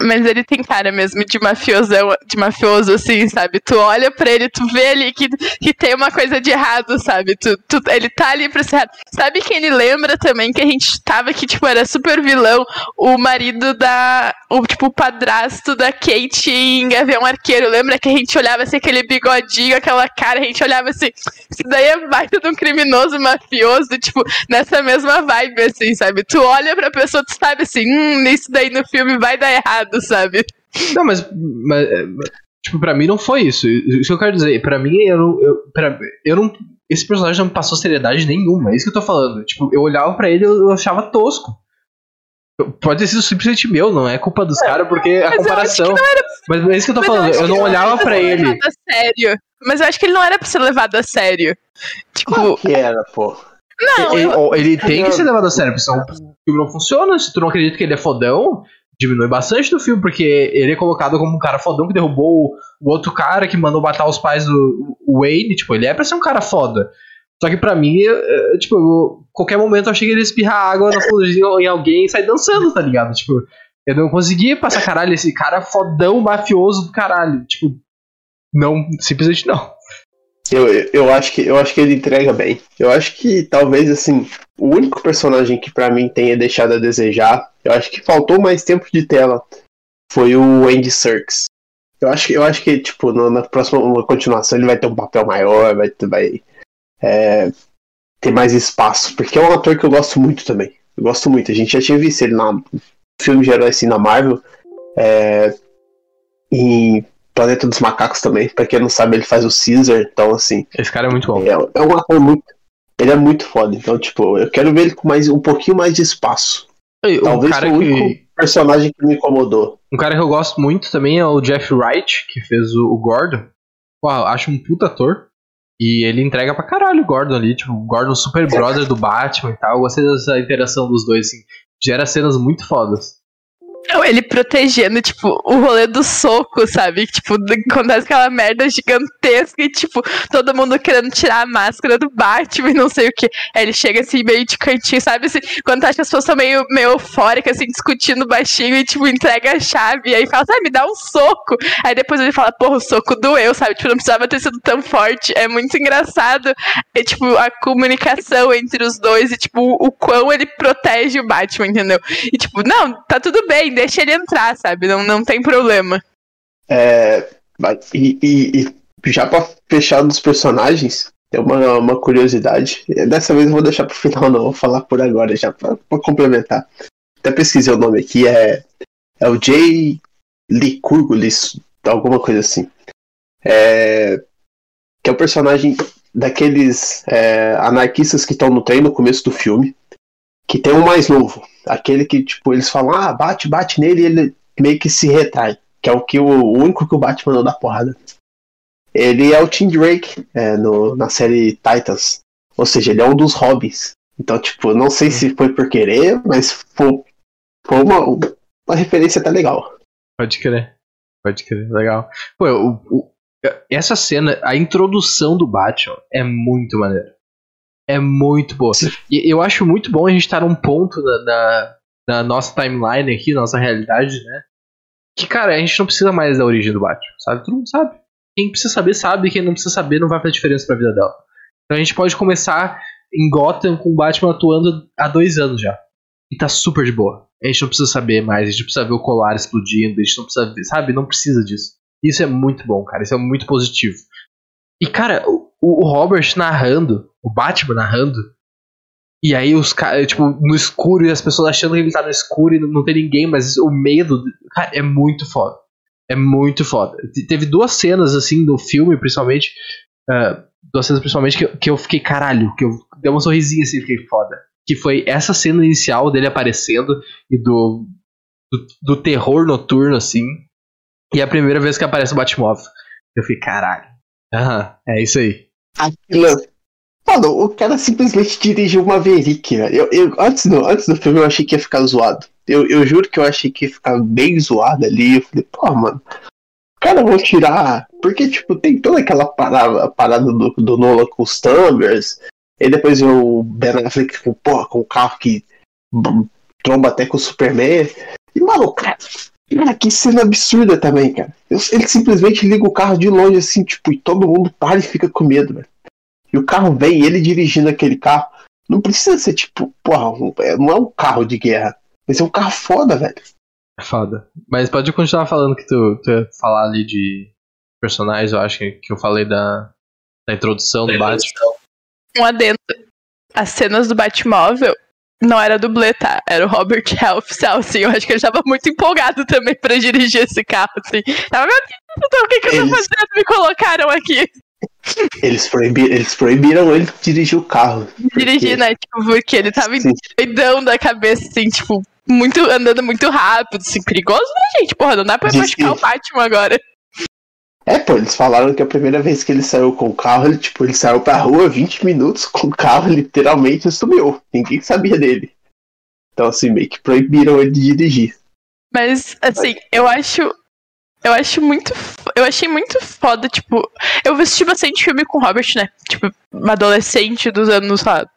Mas ele tem cara mesmo de mafioso, assim, sabe? Tu olha pra ele, tu vê ali que tem uma coisa de errado, sabe? Ele tá ali pra ser errado. Sabe quem ele lembra também? Que a gente tava que, tipo, era super vilão. O marido o padrasto da Kate em Gavião Arqueiro. Lembra que a gente olhava assim, aquele bigodinho, aquela cara, a gente olhava assim, isso daí é baita de um criminoso mafioso, tipo, nessa mesma vibe, assim, sabe? Tu olha pra pessoa, tu sabe assim, isso daí no filme vai dar errado, sabe? Não, mas tipo, pra mim não foi isso. Isso que eu quero dizer. Pra mim, eu não. Esse personagem não me passou seriedade nenhuma. É isso que eu tô falando. Tipo, eu olhava pra ele e eu achava tosco. Pode ter sido simplesmente meu, não é culpa dos caras, porque a comparação. Mas é isso que eu tô falando. Eu não olhava pra ele. Sério. Mas eu acho que ele não era pra ser levado a sério. Tipo. Claro que era, pô. Não, ele tem que ser levado a sério, porque senão o filme não funciona. Se tu não acredita que ele é fodão, diminui bastante do filme, porque ele é colocado como um cara fodão que derrubou o outro cara que mandou matar os pais do Wayne. Tipo, ele é pra ser um cara foda. Só que pra mim, qualquer momento eu achei que ele ia espirrar água na florzinha em alguém e sair dançando, tá ligado? Tipo, eu não conseguia passar caralho, esse cara fodão, mafioso do caralho. Tipo, não, simplesmente não. Eu acho que ele entrega bem. Eu acho que talvez, assim, o único personagem que pra mim tenha deixado a desejar, eu acho que faltou mais tempo de tela, foi o Andy Serkis. Eu acho que tipo, na próxima continuação ele vai ter um papel maior, vai ter mais espaço, porque é um ator que eu gosto muito também. Eu gosto muito. A gente já tinha visto ele no filme de herói assim na Marvel, em Planeta dos Macacos também. Pra quem não sabe, ele faz o Caesar, então assim. Esse cara é muito bom. É um ator muito. Ele é muito foda. Então, tipo, eu quero ver ele com um pouquinho mais de espaço. Talvez foi o único personagem que me incomodou. Um cara que eu gosto muito também é o Jeff Wright, que fez o Gordon. Pô, acho um puta ator. E ele entrega pra caralho o Gordon ali. Tipo, o Gordon super brother do Batman e tal. Eu gostei dessa interação dos dois, assim. Gera cenas muito fodas. Ele protegendo, tipo, o rolê do soco, sabe? Tipo, acontece aquela merda gigantesca e, tipo, todo mundo querendo tirar a máscara do Batman e não sei o que. Aí ele chega assim, meio de cantinho, sabe? Assim, quando tu acha que as pessoas estão meio eufóricas, assim, discutindo baixinho e, tipo, entrega a chave. E aí fala, me dá um soco. Aí depois ele fala, porra, o soco doeu, sabe? Tipo, não precisava ter sido tão forte. É muito engraçado. É, tipo, a comunicação entre os dois e, tipo, o quão ele protege o Batman, entendeu? E, tipo, não, tá tudo bem, deixa ele entrar, sabe? Não tem problema. E já pra fechar dos personagens, tem uma curiosidade. Dessa vez eu vou deixar pro final, não. Vou falar por agora, já pra complementar. Até pesquisei o nome aqui. É o Jay Licurgo, alguma coisa assim. Que é o personagem daqueles anarquistas que estão no trem no começo do filme. Que tem um mais novo. Aquele que, tipo, eles falam, bate nele e ele meio que se retrai. Que é o único que o Batman não dá porrada. Ele é o Tim Drake na série Titans. Ou seja, ele é um dos Robins. Então, tipo, não sei se foi por querer, mas foi uma referência até legal. Pode crer, legal. Pô, essa cena, a introdução do Batman é muito maneira. É muito boa. E eu acho muito bom a gente estar num ponto na nossa timeline aqui, na nossa realidade, né? Que, cara, a gente não precisa mais da origem do Batman, sabe? Todo mundo sabe. Quem precisa saber, sabe. Quem não precisa saber, não vai fazer diferença pra vida dela. Então a gente pode começar em Gotham com o Batman atuando há 2 anos já. E tá super de boa. A gente não precisa saber mais, a gente não precisa ver o colar explodindo, a gente não precisa ver, sabe? Não precisa disso. Isso é muito bom, cara. Isso é muito positivo. E, cara, o Robert narrando, o Batman narrando, e aí os caras, tipo, no escuro, e as pessoas achando que ele tá no escuro e não tem ninguém, mas o medo, cara, é muito foda. É muito foda. Teve 2 cenas, assim, do filme, principalmente, 2 cenas, principalmente, que eu fiquei, caralho, que eu dei uma sorrisinha, assim, fiquei foda. Que foi essa cena inicial dele aparecendo e do terror noturno, assim, e a primeira vez que aparece o Batmóvel. Eu fiquei, caralho. É isso aí. Aquilo. Mano, o cara simplesmente dirigiu uma Maverick, velho. Antes do filme eu achei que ia ficar zoado. Eu juro que eu achei que ia ficar bem zoado ali. Eu falei, pô, mano, os caras vão tirar. Porque, tipo, tem toda aquela parada do Nolan com os Tumblers. E depois o Ben Affleck com o carro que tromba até com o Superman. E, mano, cara, Cara, que cena absurda também, cara. Ele simplesmente liga o carro de longe, assim, tipo, e todo mundo para e fica com medo, velho. E o carro vem, ele dirigindo aquele carro. Não precisa ser, tipo, porra, não é um carro de guerra. Mas é um carro foda, velho. É foda. Mas pode continuar falando que tu ia falar ali de personagens, eu acho que eu falei da introdução do Batman. Um adendo. As cenas do Batmóvel não era dublê, tá? Era o Robert Hell oficial, assim. Eu acho que ele tava muito empolgado também pra dirigir esse carro, assim. Tava, meu Deus, então, o que eu tô fazendo? Me colocaram aqui. Eles proibiram ele de dirigir o carro. Dirigir, né? Tipo, porque ele tava doidão da cabeça, assim, tipo, andando muito rápido, assim, perigoso, né, gente? Porra, não dá pra machucar o Batman agora. Pô, eles falaram que a primeira vez que ele saiu com o carro, ele saiu pra rua 20 minutos com o carro, literalmente sumiu. Ninguém sabia dele. Então, assim, meio que proibiram ele de dirigir. Mas, assim, eu achei muito foda, tipo, eu assisti bastante filme com o Robert, né? Tipo, uma adolescente dos anos, sei lá,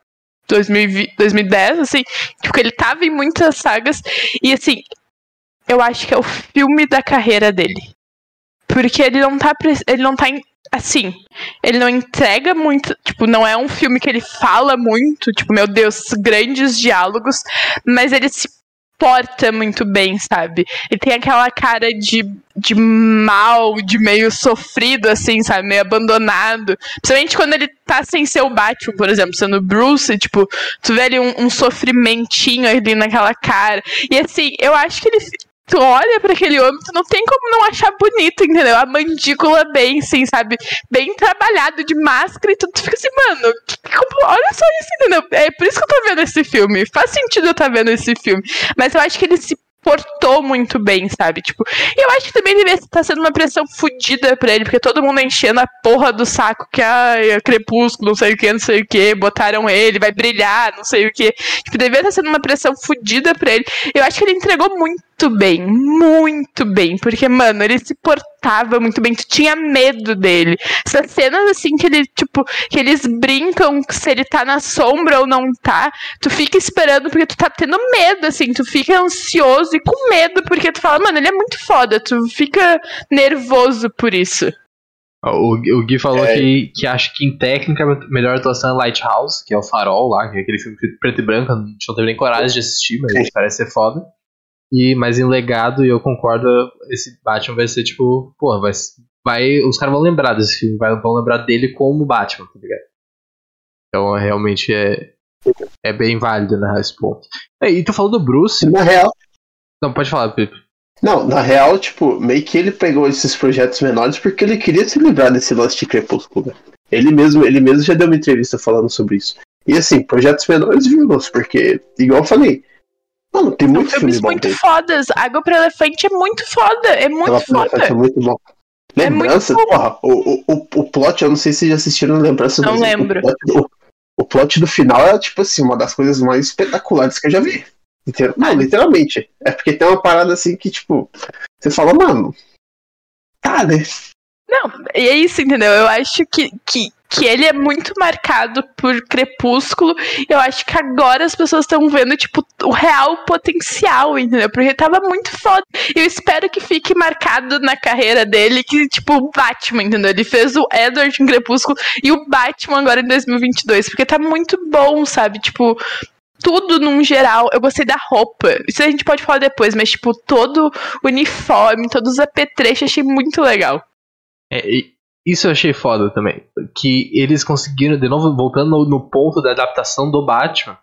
2010, assim, tipo, ele tava em muitas sagas, e assim, eu acho que é o filme da carreira dele. Porque ele não tá assim, ele não entrega muito, tipo, não é um filme que ele fala muito, tipo, meu Deus, grandes diálogos, mas ele se porta muito bem, sabe? Ele tem aquela cara de mal, de meio sofrido, assim, sabe? Meio abandonado. Principalmente quando ele tá sem ser o Batman, por exemplo, sendo o Bruce, tipo, tu vê ali um sofrimentinho ali naquela cara. E assim, eu acho que tu olha pra aquele homem, tu não tem como não achar bonito, entendeu? A mandíbula bem, assim, sabe? Bem trabalhado, de máscara, e tu fica assim, mano, olha só isso, entendeu? É por isso que eu tô vendo esse filme. Faz sentido eu estar vendo esse filme. Mas eu acho que ele se portou muito bem, sabe? Tipo, e eu acho que também devia estar sendo uma pressão fodida pra ele, porque todo mundo enchendo a porra do saco que, é Crepúsculo, não sei o que, botaram ele, vai brilhar, não sei o que. Tipo, devia estar sendo uma pressão fodida pra ele. Eu acho que ele entregou muito bem, porque, mano, ele se portava muito bem, tu tinha medo dele. Essas cenas, assim, que ele, tipo, que eles brincam se ele tá na sombra ou não tá, tu fica esperando porque tu tá tendo medo, assim, tu fica ansioso e com medo, porque tu fala, mano, ele é muito foda, tu fica nervoso por isso. O Gui falou que acha que em técnica a melhor atuação é Lighthouse, que é o Farol lá, que é aquele filme preto e branco, a gente não teve nem coragem de assistir, mas parece ser foda. Mas em legado, e eu concordo, esse Batman vai ser tipo, porra, os caras vão lembrar desse filme, vão lembrar dele como Batman, tá ligado? Então realmente é bem válido narrar esse ponto. E tu falou do Bruce. Na real. Não, pode falar, Pepe. Não, na real, tipo, meio que ele pegou esses projetos menores porque ele queria se livrar desse lance de Crepúsculo, né? Ele mesmo já deu uma entrevista falando sobre isso. E assim, projetos menores, vírgulas, porque, igual eu falei, mano, tem muito filme bom muito fodas. Água pro Elefante é muito foda. É muito foda. É muito bom. Lembrança, porra, o plot, eu não sei se vocês já assistiram Lembrança. Não lembro. O plot do final é, tipo assim, uma das coisas mais espetaculares que eu já vi. Não, literalmente. É porque tem uma parada assim que, tipo, você fala, mano, tá, né? Não, e é isso, entendeu? Eu acho que ele é muito marcado por Crepúsculo. Eu acho que agora as pessoas estão vendo, tipo, o real potencial, entendeu? Porque tava muito foda. Eu espero que fique marcado na carreira dele que, tipo, o Batman, entendeu? Ele fez o Edward em Crepúsculo e o Batman agora em 2022. Porque tá muito bom, sabe? Tipo, tudo num geral. Eu gostei da roupa. Isso a gente pode falar depois, mas, tipo, todo o uniforme, todos os apetrechos, achei muito legal. Isso eu achei foda também. Que eles conseguiram, de novo, voltando no ponto da adaptação do Batman,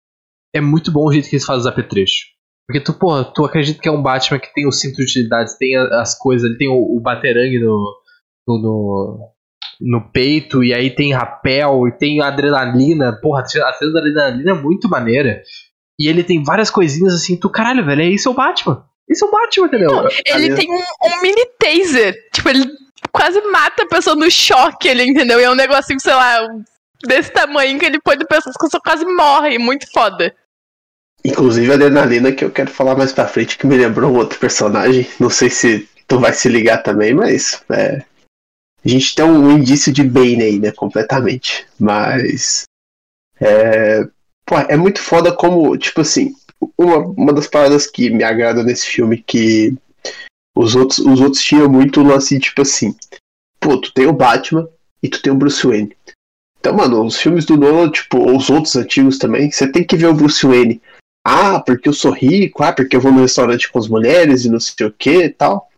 é muito bom o jeito que eles fazem os apetrechos. Porque tu acredita que é um Batman que tem o cinto de utilidades, tem as coisas, ele tem o baterangue no peito, e aí tem rapel, e tem adrenalina. Porra, a cena da adrenalina é muito maneira. E ele tem várias coisinhas assim, caralho, velho, esse é o Batman. Esse é o Batman, entendeu? Não, ele tem um mini taser. Tipo, ele quase mata a pessoa no choque ali, entendeu? E é um negocinho, sei lá, desse tamanho que ele põe no pescoço, que a pessoa quase morre. Muito foda. Inclusive a adrenalina, que eu quero falar mais pra frente, que me lembrou um outro personagem. Não sei se tu vai se ligar também, mas a gente tem um indício de Bane aí, né? Completamente. Mas é muito foda como, tipo assim, uma das paradas que me agrada nesse filme, que Os outros tinham muito lance, tipo assim, pô, tu tem o Batman e tu tem o Bruce Wayne. Então, mano, os filmes do Nolan, tipo, os outros antigos também, você tem que ver o Bruce Wayne. Ah, porque eu sou rico, porque eu vou no restaurante com as mulheres e não sei o que e tal.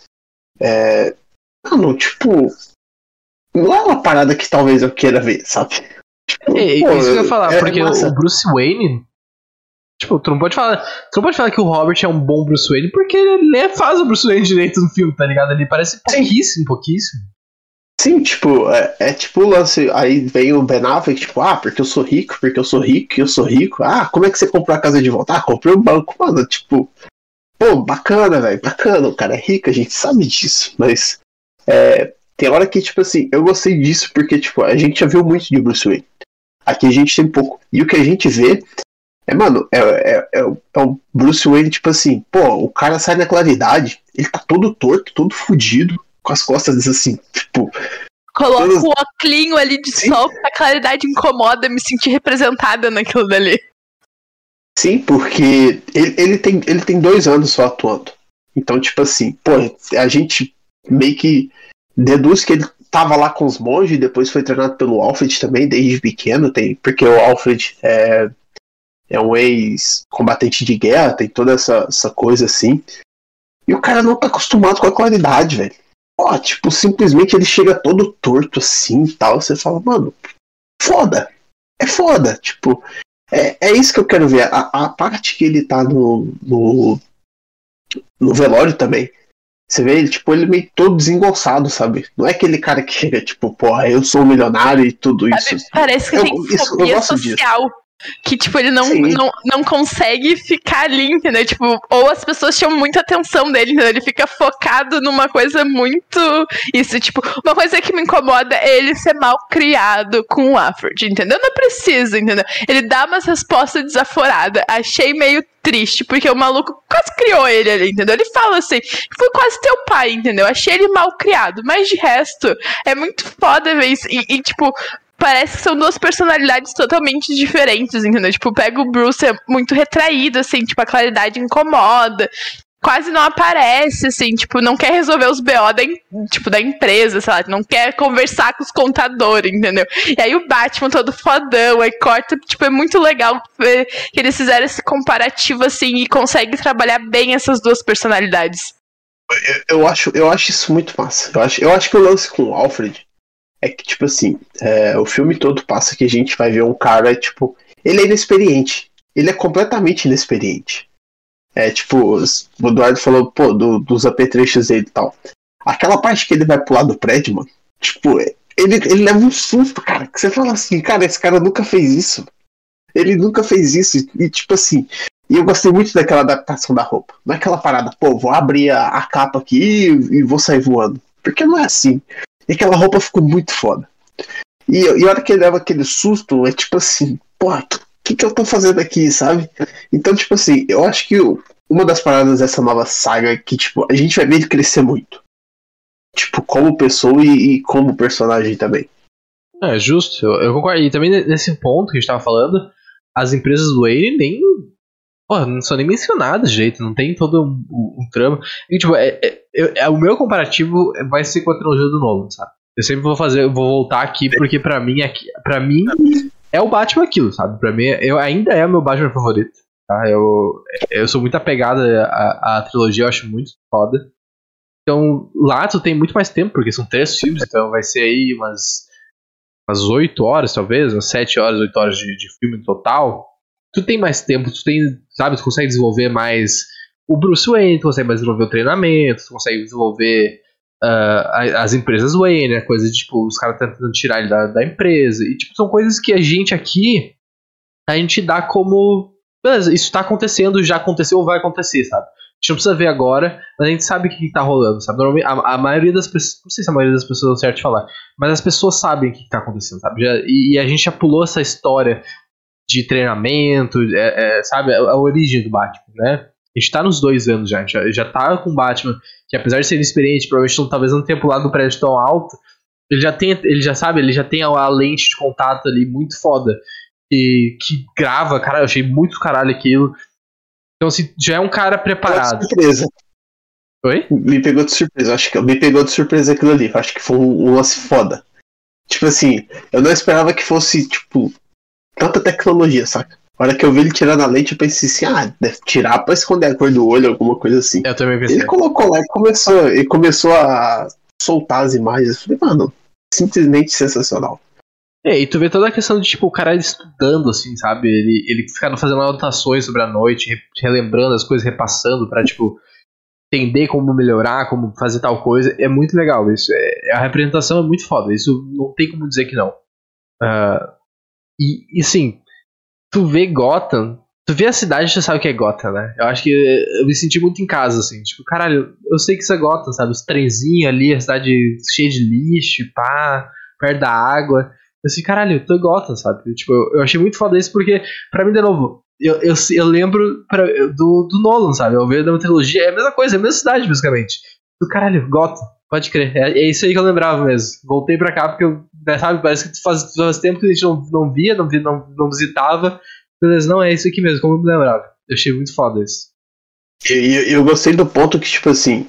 Mano, tipo, não é uma parada que talvez eu queira ver, sabe? Tipo, isso que eu ia falar, porque o Bruce Wayne, tipo, tu não pode falar que o Robert é um bom Bruce Wayne, porque ele nem faz o Bruce Wayne direito no filme, tá ligado? Ele parece pouquíssimo. Sim, tipo, tipo o lance, aí vem o Ben Affleck, tipo, porque eu sou rico, e eu sou rico. Como é que você comprou a casa de volta? Comprei um banco, mano, tipo, pô, bacana, velho, bacana, o cara é rico, a gente sabe disso, mas tem hora que, tipo assim, eu gostei disso porque, tipo, a gente já viu muito de Bruce Wayne. Aqui a gente tem pouco. E o que a gente vê mano, é o Bruce Wayne, tipo assim, pô, o cara sai na claridade, ele tá todo torto, todo fudido, com as costas assim, tipo. Coloca o óculinho ali de sol, a claridade incomoda, me sentir representada naquilo dali. Sim, porque ele tem 2 anos só atuando. Então, tipo assim, pô, a gente meio que deduz que ele tava lá com os monges, depois foi treinado pelo Alfred também, desde pequeno, porque o Alfred é um ex-combatente de guerra, tem toda essa coisa assim. E o cara não tá acostumado com a claridade, velho. Ó, tipo, simplesmente ele chega todo torto assim e tal. Você fala, mano, foda. É foda. Tipo, é isso que eu quero ver. A parte que ele tá no velório também. Você vê ele, tipo, ele meio todo desengonçado, sabe? Não é aquele cara que chega, tipo, porra, eu sou um milionário e tudo isso. Parece que tem fobia social. Disso. Que, tipo, ele não consegue ficar ali, entendeu? Tipo, ou as pessoas chamam muita atenção dele, entendeu? Ele fica focado numa coisa muito... Isso, tipo, uma coisa que me incomoda é ele ser mal criado com o Alfred, entendeu? Não precisa, entendeu? Ele dá umas respostas desaforadas. Achei meio triste, porque o maluco quase criou ele ali, entendeu? Ele fala assim, foi quase teu pai, entendeu? Achei ele mal criado, mas de resto, é muito foda ver isso. E tipo... Parece que são 2 personalidades totalmente diferentes, entendeu? Tipo, pega o Bruce, é muito retraído, assim, tipo, a claridade incomoda, quase não aparece, assim, tipo, não quer resolver os BO da empresa, sei lá, não quer conversar com os contadores, entendeu? E aí o Batman todo fodão, aí corta, tipo, é muito legal ver que eles fizeram esse comparativo, assim, e conseguem trabalhar bem essas 2 personalidades. Eu acho isso muito massa. Eu acho que o lance com o Alfred é que, tipo assim, o filme todo passa que a gente vai ver um cara, tipo, ele é inexperiente. Ele é completamente inexperiente. Tipo, o Eduardo falou, pô, dos apetrechos dele e tal. Aquela parte que ele vai pular do prédio, mano, tipo, ele leva um susto, cara, que você fala assim, cara, esse cara nunca fez isso. Ele nunca fez isso, e tipo assim, e eu gostei muito daquela adaptação da roupa. Não é aquela parada, pô, vou abrir a capa aqui e vou sair voando. Porque não é assim. E aquela roupa ficou muito foda. E a hora que ele leva aquele susto, é tipo assim, porra, o que eu tô fazendo aqui, sabe? Então, tipo assim, eu acho que uma das paradas dessa nova saga é que, tipo, a gente vai ver ele crescer muito. Tipo, como pessoa e como personagem também. É justo, eu concordo. E também nesse ponto que a gente tava falando, as empresas do Wayne nem... Porra, não são nem mencionadas direito, não tem todo um trama. E, tipo, o meu comparativo vai ser com a trilogia do Nolan, sabe? Eu sempre vou voltar aqui, porque pra mim é o Batman aquilo, sabe? Pra mim, ainda é o meu Batman favorito, tá? Eu sou muito apegado à trilogia, eu acho muito foda. Então, lá tu tem muito mais tempo, porque são 3 filmes, então vai ser aí umas 8 horas, talvez, umas 7 horas, 8 horas de filme no total. Tu tem mais tempo, tu consegue desenvolver mais o Bruce Wayne, tu consegue mais desenvolver o treinamento, tu consegue desenvolver as empresas Wayne, a coisa de, tipo, os caras tentando tirar ele da empresa, e, tipo, são coisas que a gente aqui, a gente dá como, beleza, isso tá acontecendo, já aconteceu ou vai acontecer, sabe? A gente não precisa ver agora, mas a gente sabe o que tá rolando, sabe? Normalmente, a maioria das pessoas, não sei se a maioria das pessoas é certo de falar, mas as pessoas sabem o que tá acontecendo, sabe? E a gente já pulou essa história de treinamento, sabe, a origem do Batman, né? A gente tá nos 2 anos já, a gente já tá com o Batman, que apesar de ser inexperiente, provavelmente talvez não tenha pulado no prédio tão alto, ele já tem a lente de contato ali muito foda, que grava, cara, eu achei muito caralho aquilo. Então, assim, já é um cara preparado. Surpresa. Oi? Me pegou de surpresa. Acho que me pegou de surpresa aquilo ali. Acho que foi um lance foda. Tipo assim, eu não esperava que fosse, tipo, tanta tecnologia, saca? A hora que eu vi ele tirando a lente, eu pensei assim, deve tirar pra esconder a cor do olho, alguma coisa assim. Eu também pensei. Ele colocou lá e começou a soltar as imagens. Eu falei, mano, simplesmente sensacional. E tu vê toda a questão de, tipo, o cara estudando, assim, sabe? Ele ficando fazendo anotações sobre a noite, relembrando as coisas, repassando pra, tipo, entender como melhorar, como fazer tal coisa. É muito legal isso. A representação é muito foda. Isso não tem como dizer que não. E sim, tu vê Gotham, tu vê a cidade, tu sabe o que é Gotham, né? Eu acho que eu me senti muito em casa, assim. Tipo, caralho, eu sei que isso é Gotham, sabe? Os trenzinhos ali, a cidade cheia de lixo, pá, perto da água. Eu assim, caralho, eu tô em Gotham, sabe? Tipo, eu achei muito foda isso porque, pra mim, de novo, eu lembro do Nolan, sabe? Eu vejo da trilogia, é a mesma coisa, é a mesma cidade, basicamente. Do caralho, Gotham, pode crer. É isso aí que eu lembrava mesmo. Voltei pra cá porque, sabe, parece que faz tempo que a gente não via, não visitava. Beleza, não, é isso aqui mesmo, como eu me lembrava. Eu achei muito foda isso. Eu gostei do ponto que, tipo assim,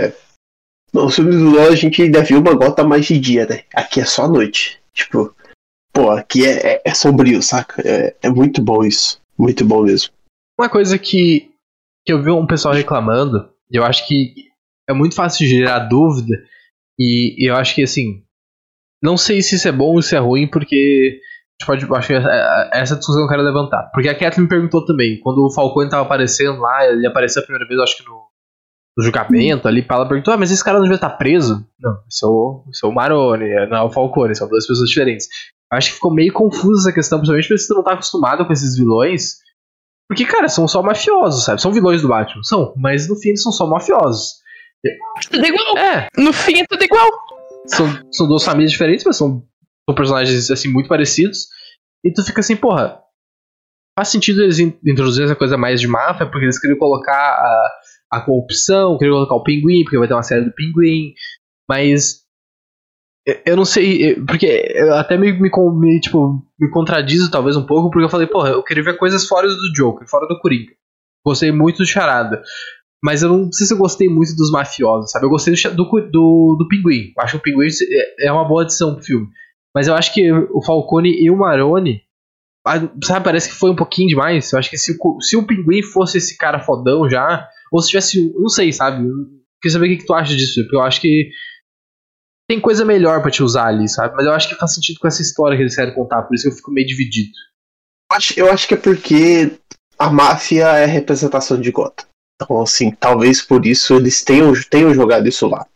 nos filmes do Nolan a gente ainda viu uma Gotham mais de dia, né? Aqui é só à noite. Tipo, pô, aqui é sombrio, saca? É muito bom isso. Muito bom mesmo. Uma coisa que eu vi um pessoal reclamando, e eu acho que é muito fácil de gerar dúvida, e eu acho que, assim, não sei se isso é bom ou se é ruim, porque acho que essa discussão eu quero levantar. Porque a Kathleen me perguntou também, quando o Falcone tava aparecendo lá, ele apareceu a primeira vez, acho que no julgamento ali, ela perguntou, mas esse cara não devia estar preso? Não, esse é o Maroni, não é o Falcone, são duas pessoas diferentes. Acho que ficou meio confusa essa questão, principalmente porque você não tá acostumado com esses vilões. Porque, cara, são só mafiosos, sabe? São vilões do Batman, são, mas no fim eles são só mafiosos. Tudo igual. No fim é tudo igual. São duas famílias diferentes, mas são personagens, assim, muito parecidos. E tu fica assim, porra, faz sentido eles introduzirem essa coisa mais de máfia, porque eles queriam colocar a corrupção, queriam colocar o Pinguim, porque vai ter uma série do Pinguim, mas eu não sei, porque eu até me contradizo talvez um pouco, porque eu falei, porra, eu queria ver coisas fora do Joker, fora do Coringa. Gostei muito do Charada, mas eu não sei se eu gostei muito dos mafiosos, sabe? Eu gostei do Pinguim, eu acho que o Pinguim é uma boa adição pro filme, mas eu acho que o Falcone e o Maroni, sabe, parece que foi um pouquinho demais. Eu acho que se o Pinguim fosse esse cara fodão já, ou se tivesse, não sei, sabe? Eu queria saber o que tu acha disso, porque eu acho que tem coisa melhor pra te usar ali, sabe? Mas eu acho que faz sentido com essa história que eles querem contar, por isso que eu fico meio dividido. Eu acho que é porque a máfia é a representação de Gotham. Então, assim, talvez por isso eles tenham jogado isso lá.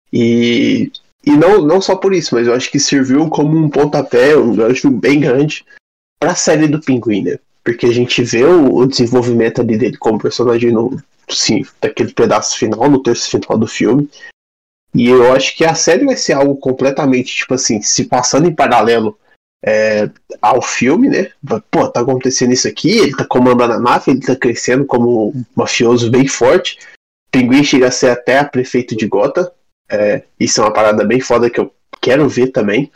E não só por isso, mas eu acho que serviu como um pontapé, um gancho bem grande pra série do Pinguim, né? Porque a gente vê o desenvolvimento ali dele como personagem daquele pedaço final, no terço final do filme. E eu acho que a série vai ser algo completamente, tipo assim, se passando em paralelo ao filme, né? Pô, tá acontecendo isso aqui, ele tá comandando a máfia, ele tá crescendo como um mafioso bem forte. Pinguim chega a ser até a prefeito de Gotham. Isso é uma parada bem foda que eu quero ver também.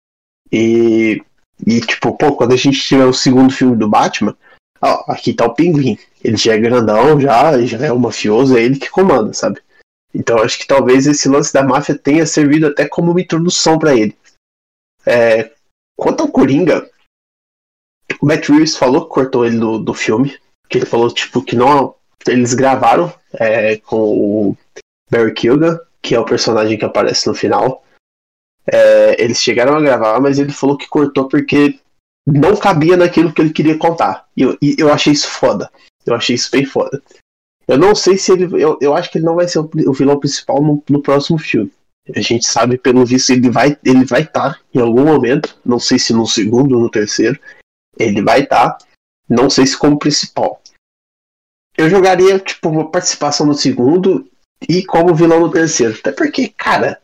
E tipo, pô, quando a gente tiver o segundo filme do Batman, aqui tá o Pinguim. Ele já é grandão, já é o mafioso, é ele que comanda, sabe? Então acho que talvez esse lance da máfia tenha servido até como uma introdução pra ele. Quanto ao Coringa, o Matt Reeves falou que cortou ele do filme, que ele falou tipo que não, eles gravaram com o Barry Keoghan, que é o personagem que aparece no final. Eles chegaram a gravar, mas ele falou que cortou porque não cabia naquilo que ele queria contar. E eu achei isso foda. Eu achei isso bem foda. Eu não sei se ele... Eu acho que ele não vai ser o vilão principal no próximo filme. A gente sabe, pelo visto, ele vai estar em algum momento. Não sei se no segundo ou no terceiro. Ele vai estar. Não sei se como principal. Eu jogaria, tipo, uma participação no segundo e como vilão no terceiro. Até porque, cara...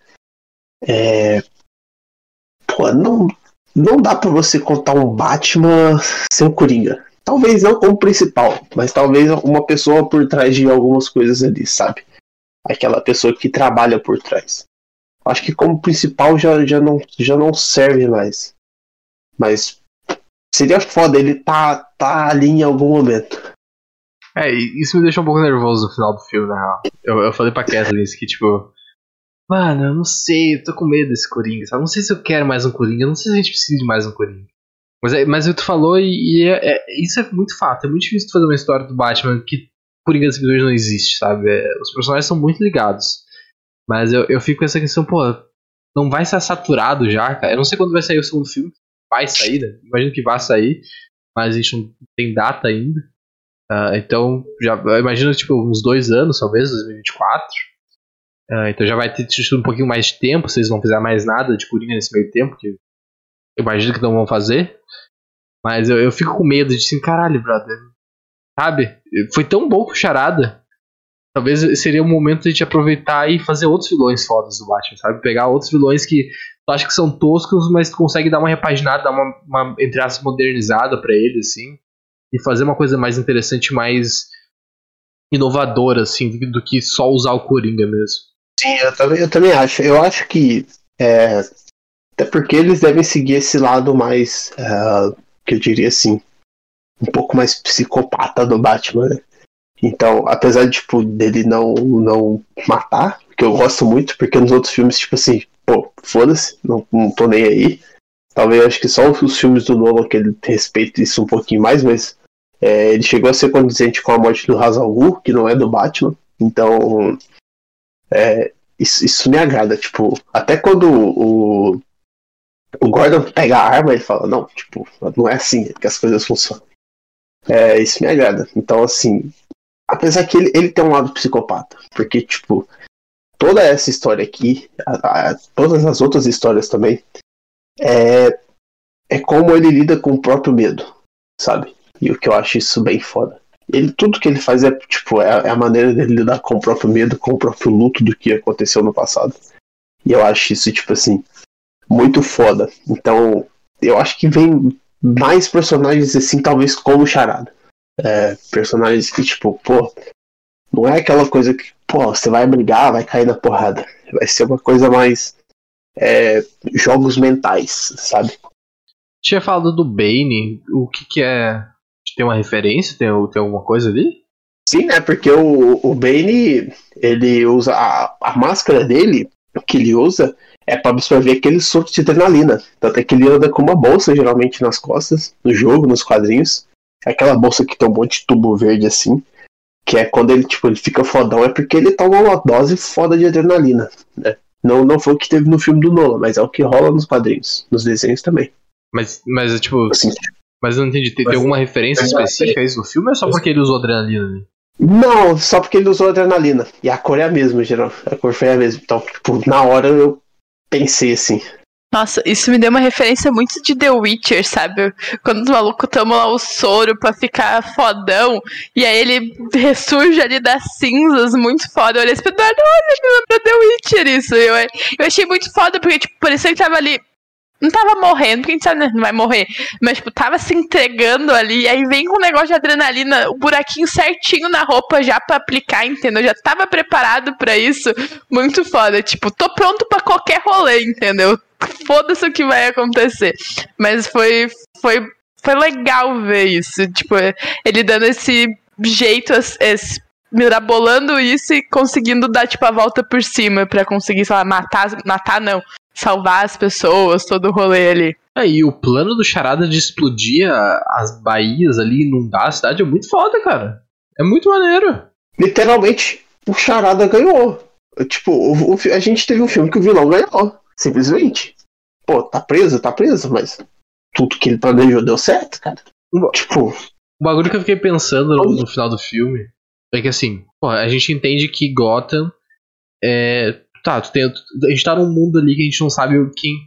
Pô, não dá pra você contar um Batman sem o Coringa. Talvez não como principal, mas talvez uma pessoa por trás de algumas coisas ali, sabe? Aquela pessoa que trabalha por trás. Acho que como principal já não serve mais. Mas seria foda ele tá ali em algum momento. Isso me deixou um pouco nervoso no final do filme, na real. Eu falei pra Kathleen isso, que tipo... Mano, eu não sei, eu tô com medo desse Coringa, sabe? Não sei se eu quero mais um Coringa, eu não sei se a gente precisa de mais um Coringa. Mas tu falou, isso é muito fato. É muito difícil tu fazer uma história do Batman que Coringa simplesmente não existe, sabe? Os personagens são muito ligados. Mas eu fico com essa questão, pô, não vai ser saturado já, cara? Eu não sei quando vai sair o segundo filme. Vai sair, né? Imagino que vai sair, mas a gente não tem data ainda. Então, eu imagino, tipo, uns 2 anos, talvez, 2024. Então já vai ter tido um pouquinho mais de tempo, se eles não fizerem mais nada de Coringa nesse meio tempo, que eu imagino que não vão fazer. Mas eu fico com medo de assim, caralho, brother. Sabe? Foi tão bom com o Charada. Talvez seria o momento de a gente aproveitar e fazer outros vilões fodas do Batman, sabe? Pegar outros vilões que tu acha que são toscos, mas tu consegue dar uma repaginada, dar uma entre aspas, modernizada pra eles, assim. E fazer uma coisa mais interessante, mais inovadora, assim, do que só usar o Coringa mesmo. Sim, eu também acho. Eu acho que até porque eles devem seguir esse lado mais, que eu diria assim, um pouco mais psicopata do Batman, né? Então, apesar de, tipo, dele não matar, que eu gosto muito, porque nos outros filmes, tipo assim, pô, foda-se, não tô nem aí. Talvez acho que só os filmes do Nolan que ele respeita isso um pouquinho mais, mas ele chegou a ser condizente com a morte do Ra's al Ghul, que não é do Batman. Então, isso me agrada, tipo, até quando o Gordon pega a arma, ele fala, não, tipo, não é assim que as coisas funcionam. Isso me agrada. Então, assim, apesar que ele tem um lado psicopata, porque, tipo, toda essa história aqui, todas as outras histórias também, é como ele lida com o próprio medo, sabe? E o que eu acho isso bem foda. Tudo que ele faz é a maneira dele lidar com o próprio medo, com o próprio luto do que aconteceu no passado. E eu acho isso, tipo assim, muito foda. Então, eu acho que vem mais personagens assim, talvez como o Charada. Personagens que, tipo, pô, não é aquela coisa que, pô, você vai brigar, vai cair na porrada. Vai ser uma coisa mais jogos mentais, sabe? Tinha falado do Bane, o que é? Tem uma referência? Tem alguma coisa ali? Sim, né? Porque o Bane, ele usa a máscara dele, que ele usa, é pra absorver aquele surto de adrenalina. Tanto é que ele anda com uma bolsa, geralmente, nas costas, no jogo, nos quadrinhos. Aquela bolsa que tem um monte de tubo verde, assim. Que é quando ele fica fodão, é porque ele toma uma dose foda de adrenalina, né? Não foi o que teve no filme do Nolan, mas é o que rola nos quadrinhos, nos desenhos também. Mas tipo... Assim, mas eu não entendi, tem alguma referência específica a isso no filme ou é só porque ele usou adrenalina? Né? Não, só porque ele usou adrenalina. E a cor é a mesma, geral. A cor foi a mesma. Então, tipo, na hora eu pensei assim. Nossa, isso me deu uma referência muito de The Witcher, sabe? Quando os malucos tomam lá o soro pra ficar fodão, e aí ele ressurge ali das cinzas, muito foda. Eu olhei assim, nossa, me lembrou The Witcher isso. Eu achei muito foda, porque, tipo, parecia que tava ali... Não tava morrendo, porque a gente sabe, né? Não vai morrer. Mas, tipo, tava se entregando ali. E aí vem com um negócio de adrenalina, o buraquinho certinho na roupa já pra aplicar, entendeu? Já tava preparado pra isso. Muito foda. Tipo, tô pronto pra qualquer rolê, entendeu? Foda-se o que vai acontecer. Mas foi legal ver isso. Tipo, ele dando esse jeito, mirabolando isso e conseguindo dar, tipo, a volta por cima pra conseguir, sei lá, matar não. Salvar as pessoas, todo o rolê ali. E o plano do Charada de explodir as baías ali, inundar a cidade é muito foda, cara. É muito maneiro. Literalmente, o Charada ganhou. Tipo, a gente teve um filme que o vilão ganhou. Simplesmente. Pô, tá preso, mas tudo que ele planejou deu certo, cara. Tipo... O bagulho que eu fiquei pensando no final do filme é que, assim, a gente entende que Gotham Tá, a gente tá num mundo ali que a gente não sabe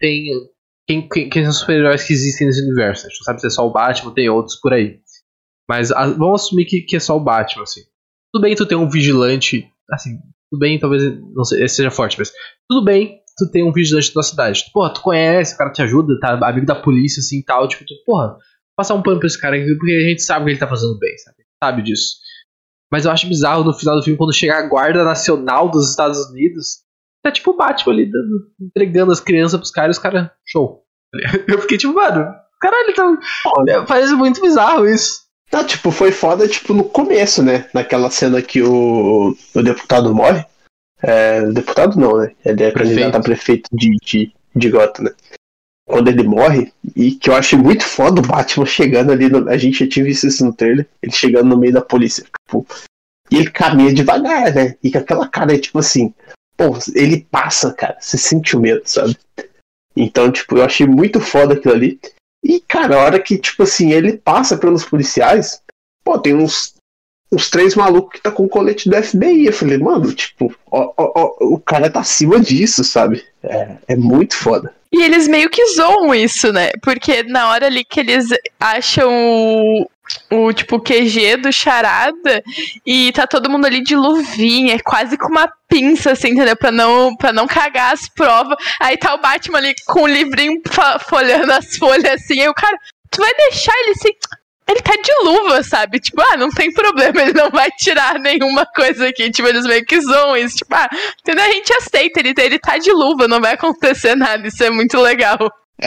quem são os super-heróis que existem nesse universo. A gente não sabe se é só o Batman, tem outros por aí. Mas vamos assumir que é só o Batman, assim. Tudo bem tu ter um vigilante, assim, tudo bem, talvez, não sei, esse seja forte, mas tudo bem tu ter um vigilante da tua cidade. Tu conhece, o cara te ajuda, tá amigo da polícia, assim, tal, tipo, passar um pano pra esse cara aqui, porque a gente sabe que ele tá fazendo bem, sabe disso. Mas eu acho bizarro no final do filme, quando chega a Guarda Nacional dos Estados Unidos, tá tipo o Batman ali, entregando as crianças pros caras e os caras, show. Eu fiquei tipo, mano, caralho, então, parece muito bizarro isso. Não, tipo, foi foda, tipo, no começo, né? Naquela cena que o deputado morre. Deputado não, né? Ele é candidato a prefeito de Gotham, né? Quando ele morre, e que eu achei muito foda o Batman chegando ali, a gente já tinha visto isso no trailer, ele chegando no meio da polícia, tipo, e ele caminha devagar, né? E com aquela cara, tipo assim, pô, ele passa, cara, você sente o medo, sabe? Então, tipo, eu achei muito foda aquilo ali. E, cara, a hora que, tipo assim, ele passa pelos policiais, pô, tem uns 3 malucos que tá com o colete do FBI. Eu falei, mano, tipo, o cara tá acima disso, sabe? É muito foda. E eles meio que zoam isso, né? Porque na hora ali que eles acham o tipo QG do Charada e tá todo mundo ali de luvinha, quase com uma pinça, assim, entendeu? Pra não cagar as provas. Aí tá o Batman ali com o livrinho folhando as folhas, assim. Aí o cara, tu vai deixar ele assim... Ele tá de luva, sabe? Tipo, não tem problema, ele não vai tirar nenhuma coisa aqui. Tipo, eles meio que zoam isso. Tipo, entendeu? A gente aceita, ele tá de luva, não vai acontecer nada. Isso é muito legal.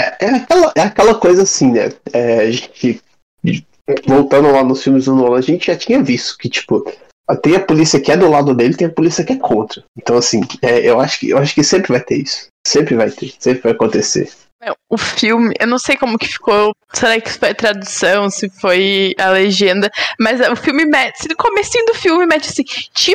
É aquela coisa assim, né? A gente, voltando lá nos filmes do Nolan, a gente já tinha visto que, tipo, tem a polícia que é do lado dele, tem a polícia que é contra. Então, assim, eu acho que sempre vai ter isso. Sempre vai ter, sempre vai acontecer. O filme, eu não sei como que ficou, será que foi a tradução, se foi a legenda, mas o filme mete, no comecinho do filme mete assim,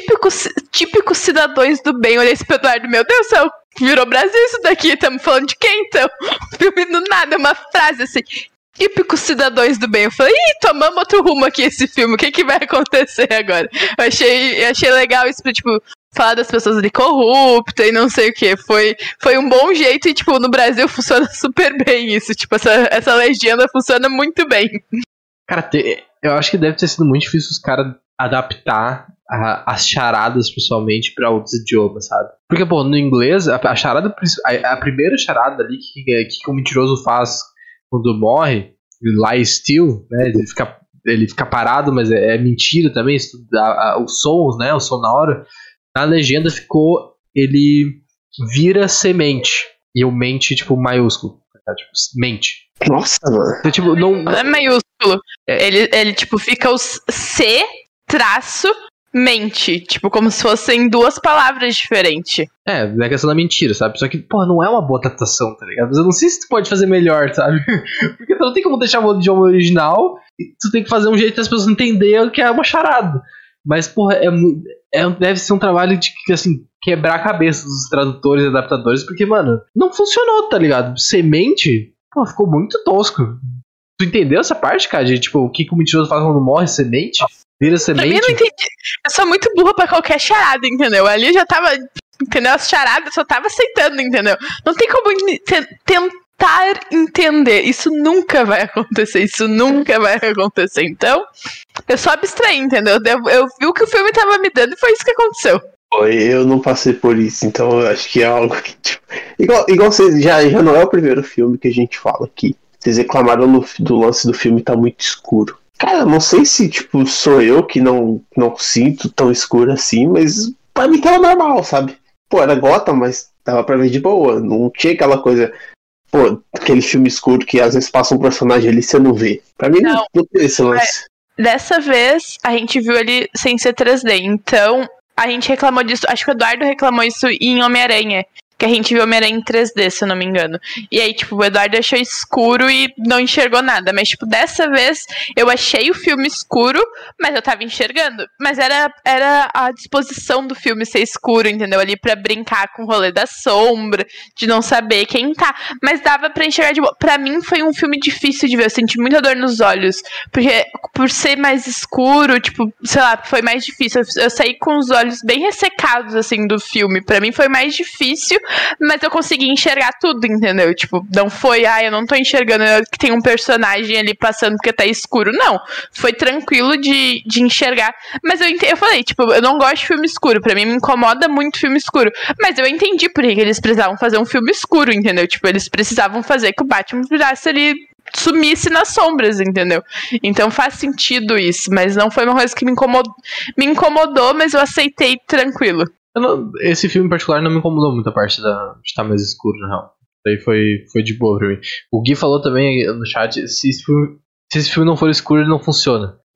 típico cidadãos do bem. Olha esse pro Eduardo, meu Deus do céu, virou Brasil isso daqui, estamos falando de quem então? O filme do nada, uma frase assim, típicos cidadãos do bem. Eu falei, tomamos outro rumo aqui esse filme, o que vai acontecer agora? Eu achei legal isso pra, tipo, falar das pessoas ali corruptas e não sei o que. Foi um bom jeito e, tipo, no Brasil funciona super bem isso. Tipo, essa legenda funciona muito bem. Cara, eu acho que deve ter sido muito difícil os caras adaptar as charadas, principalmente, pra outros idiomas, sabe? Porque, pô, no inglês, a charada, a primeira charada ali que o mentiroso faz quando morre, lie still, né? Ele fica parado, mas é mentira também. Os sons, né? O som na hora. Na legenda ficou, ele vira semente. E o mente, tipo, maiúsculo. Tipo, mente. Nossa, mano. Então, tipo, não é maiúsculo. Ele, tipo, fica os C traço mente. Tipo, como se fossem duas palavras diferentes. É questão da mentira, sabe? Só que, pô, não é uma boa adaptação, tá ligado? Mas eu não sei se tu pode fazer melhor, sabe? Porque tu não tem como deixar o idioma original e tu tem que fazer um jeito que as pessoas entenderem que é uma charada. Mas, porra, deve ser um trabalho de, assim, quebrar a cabeça dos tradutores e adaptadores, porque, mano, não funcionou, tá ligado? Semente, pô, ficou muito tosco. Tu entendeu essa parte, cara? De, tipo, o que o mentiroso faz quando morre? Semente? Vira semente? Pra mim, eu não entendi. Eu sou muito burra pra qualquer charada, entendeu? Ali eu já tava, entendeu? As charadas eu só tava aceitando, entendeu? Não tem como tentar entender. Isso nunca vai acontecer. Então, eu só abstraí, entendeu? Eu vi o que o filme tava me dando e foi isso que aconteceu. Eu não passei por isso, então eu acho que é algo que, tipo... Igual vocês, já não é o primeiro filme que a gente fala aqui. Vocês reclamaram do lance do filme tá muito escuro. Cara, não sei se, tipo, sou eu que não sinto tão escuro assim, mas pra mim tava normal, sabe? Pô, era Gotham, mas dava pra ver de boa. Não tinha aquela coisa... Pô, aquele filme escuro que às vezes passa um personagem ali e você não vê. Pra mim não tem esse lance. Dessa vez, a gente viu ele sem ser 3D, então a gente reclamou disso, acho que o Eduardo reclamou isso em Homem-Aranha, que a gente viu Homem-Aranha em 3D, se eu não me engano. E aí, tipo, o Eduardo achou escuro e não enxergou nada. Mas, tipo, dessa vez eu achei o filme escuro, mas eu tava enxergando. Mas era a disposição do filme ser escuro, entendeu? Ali pra brincar com o rolê da sombra, de não saber quem tá. Mas dava pra enxergar de boa. Pra mim foi um filme difícil de ver. Eu senti muita dor nos olhos. Porque por ser mais escuro, tipo, sei lá, foi mais difícil. Eu saí com os olhos bem ressecados, assim, do filme. Pra mim foi mais difícil. Mas eu consegui enxergar tudo, entendeu? Tipo, não foi, eu não tô enxergando que tem um personagem ali passando porque tá escuro. Não, foi tranquilo de enxergar. Mas eu falei, tipo, eu não gosto de filme escuro. Pra mim me incomoda muito filme escuro. Mas eu entendi por que eles precisavam fazer um filme escuro, entendeu? Tipo, eles precisavam fazer que o Batman virasse ali, sumisse nas sombras, entendeu? Então faz sentido isso, mas não foi uma coisa que me incomodou, mas eu aceitei tranquilo. Esse filme em particular não me incomodou muito a parte de estar mais escuro, na real. Daí foi de boa pra mim. O Gui falou também no chat, se esse filme não for escuro, ele não funciona.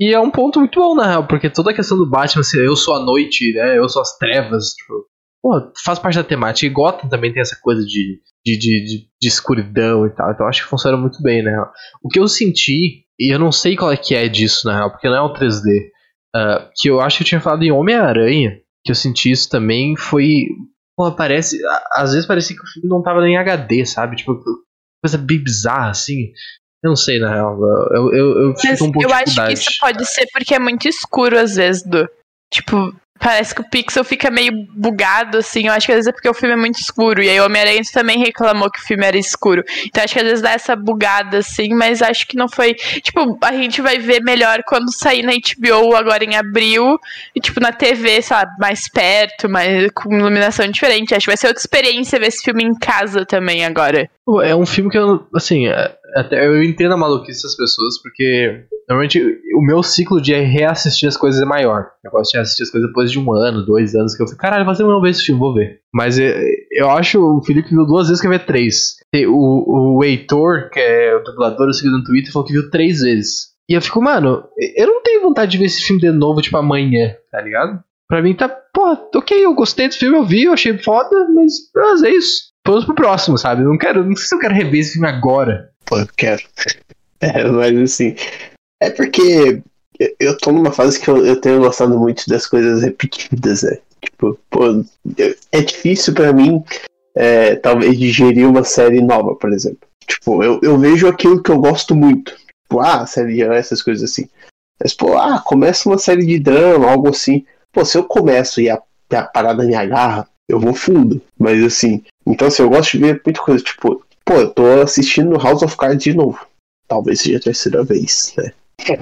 E é um ponto muito bom, na real, porque toda a questão do Batman, assim, eu sou a noite, né? Eu sou as trevas, tipo, pô, faz parte da temática. E Gotham também tem essa coisa de escuridão e tal. Então acho que funciona muito bem, né? O que eu senti, e eu não sei qual é que é disso, na real, porque não é o 3D, que eu acho que eu tinha falado em Homem-Aranha, que eu senti isso também, foi... Pô, parece... Às vezes parecia que o filme não tava nem em HD, sabe? Tipo, coisa bem bizarra, assim. Eu não sei, na real. Eu fico um pouco de eu acho que isso pode ser porque é muito escuro, às vezes, Tipo, parece que o pixel fica meio bugado, assim. Eu acho que às vezes é porque o filme é muito escuro. E aí o Homem-Aranha também reclamou que o filme era escuro. Então acho que às vezes dá essa bugada, assim. Mas acho que não foi... Tipo, a gente vai ver melhor quando sair na HBO agora em abril. E tipo, na TV, sei lá, mais perto, com iluminação diferente. Acho que vai ser outra experiência ver esse filme em casa também agora. É um filme que eu, assim... Até eu entendo a maluquice das pessoas, porque normalmente o meu ciclo de reassistir as coisas é maior. Eu gosto de reassistir as coisas depois de 1 ano, 2 anos, que eu fico, caralho, faz tempo que eu não vejo esse filme, vou ver. Mas eu acho o Felipe viu 2 vezes, quer ver 3. O Heitor, que é o dublador, eu segui no Twitter, falou que viu 3 vezes. E eu fico, mano, eu não tenho vontade de ver esse filme de novo, tipo, amanhã, tá ligado? Pra mim tá, pô, ok, eu gostei desse filme, eu vi, eu achei foda, mas é isso. Vamos pro próximo, sabe? Não sei se eu quero rever esse filme agora. Pô, eu quero. Mas assim. É porque eu tô numa fase que eu tenho gostado muito das coisas repetidas, né? Tipo, pô, é difícil pra mim, talvez, digerir uma série nova, por exemplo. Tipo, eu vejo aquilo que eu gosto muito. Tipo, série de herói, essas coisas assim. Mas, pô, começa uma série de drama, algo assim. Pô, se eu começo e a parada me agarra, eu vou fundo. Mas assim, então assim, eu gosto de ver muita coisa, tipo, pô, eu tô assistindo House of Cards de novo. Talvez seja a 3ª vez, né?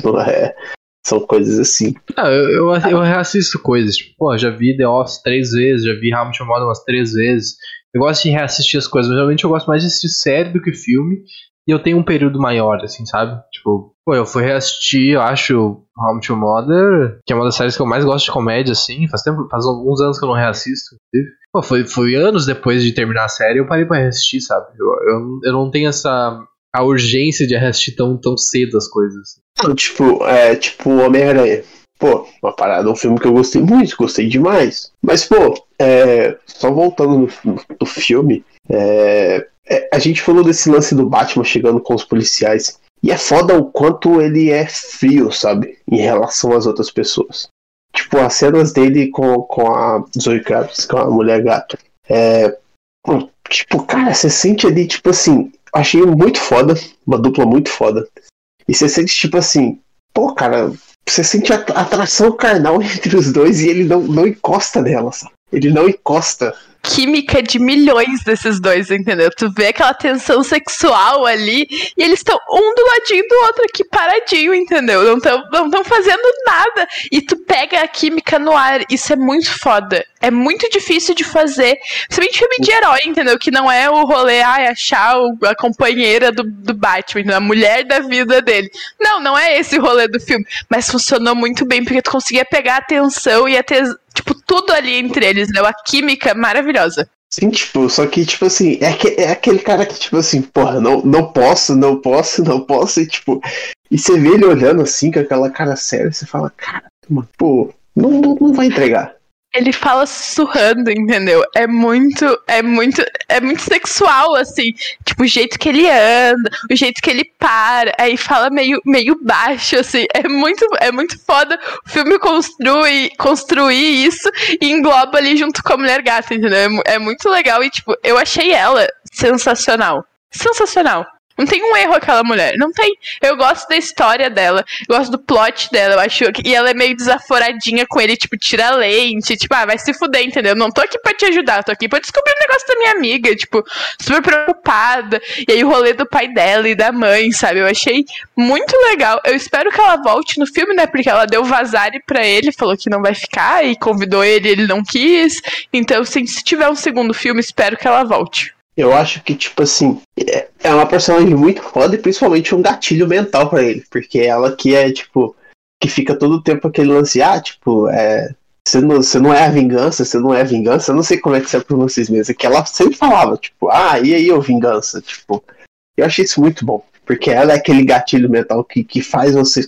São coisas assim. Eu reassisto coisas, tipo, pô, já vi The Office 3 vezes, já vi How I Met Your Mother umas 3 vezes. Eu gosto de reassistir as coisas, mas realmente eu gosto mais de assistir série do que filme. E eu tenho um período maior, assim, sabe? Tipo, pô, eu fui reassistir, eu acho, How I Met Your Mother, que é uma das séries que eu mais gosto de comédia, assim. Faz alguns anos que eu não reassisto, inclusive. Pô, foi anos depois de terminar a série, eu parei pra reassistir, sabe? Eu não tenho a urgência de reassistir tão cedo as coisas. Não, tipo Homem-Aranha. Pô, uma parada, um filme que eu gostei muito, gostei demais. Mas, pô, só voltando no filme, a gente falou desse lance do Batman chegando com os policiais. E é foda o quanto ele é frio, sabe? Em relação às outras pessoas. Tipo, as cenas dele com a Zoe Kravitz, com a Mulher Gato. Tipo, cara, você sente ali, tipo assim... Achei muito foda, uma dupla muito foda. E você sente, tipo assim... Pô, cara, você sente a atração carnal entre os dois e ele não encosta nela, sabe? Ele não encosta. Química de milhões desses dois, entendeu? Tu vê aquela tensão sexual ali e eles estão um do ladinho do outro aqui paradinho, entendeu? Não estão fazendo nada. E tu pega a química no ar. Isso é muito foda. É muito difícil de fazer. Principalmente filme de herói, entendeu? Que não é o rolê, achar a companheira do Batman, entendeu? A mulher da vida dele. Não é esse o rolê do filme. Mas funcionou muito bem, porque tu conseguia pegar a atenção e ia ter... Tipo, tudo ali entre eles, né? A química maravilhosa. Sim, tipo, só que, tipo assim, é aquele cara que, tipo assim, porra, não posso, e, tipo, e você vê ele olhando assim, com aquela cara séria, você fala, cara, pô, não vai entregar. Ele fala sussurrando, entendeu? É muito sexual, assim. Tipo, o jeito que ele anda, o jeito que ele para, aí fala meio baixo, assim. É muito foda o filme construir isso e engloba ali junto com a Mulher Gata, entendeu? É muito legal e, tipo, eu achei ela sensacional. Sensacional. Não tem um erro aquela mulher, não tem. Eu gosto da história dela, gosto do plot dela, eu acho que... E ela é meio desaforadinha com ele, tipo, tira lente, tipo, vai se fuder, entendeu? Não tô aqui pra te ajudar, tô aqui pra descobrir o negócio da minha amiga, tipo, super preocupada. E aí o rolê do pai dela e da mãe, sabe? Eu achei muito legal. Eu espero que ela volte no filme, né? Porque ela deu vazare pra ele, falou que não vai ficar e convidou ele não quis. Então, assim, se tiver um segundo filme, espero que ela volte. Eu acho que, tipo assim, é uma personagem muito foda e principalmente um gatilho mental pra ele. Porque ela que é, tipo, que fica todo o tempo aquele lance, tipo, você não é a vingança, você não é a vingança. Eu não sei como é que você pronuncia isso mesmo. É que ela sempre falava, tipo, e aí, ô vingança? Tipo, eu achei isso muito bom. Porque ela é aquele gatilho mental que faz você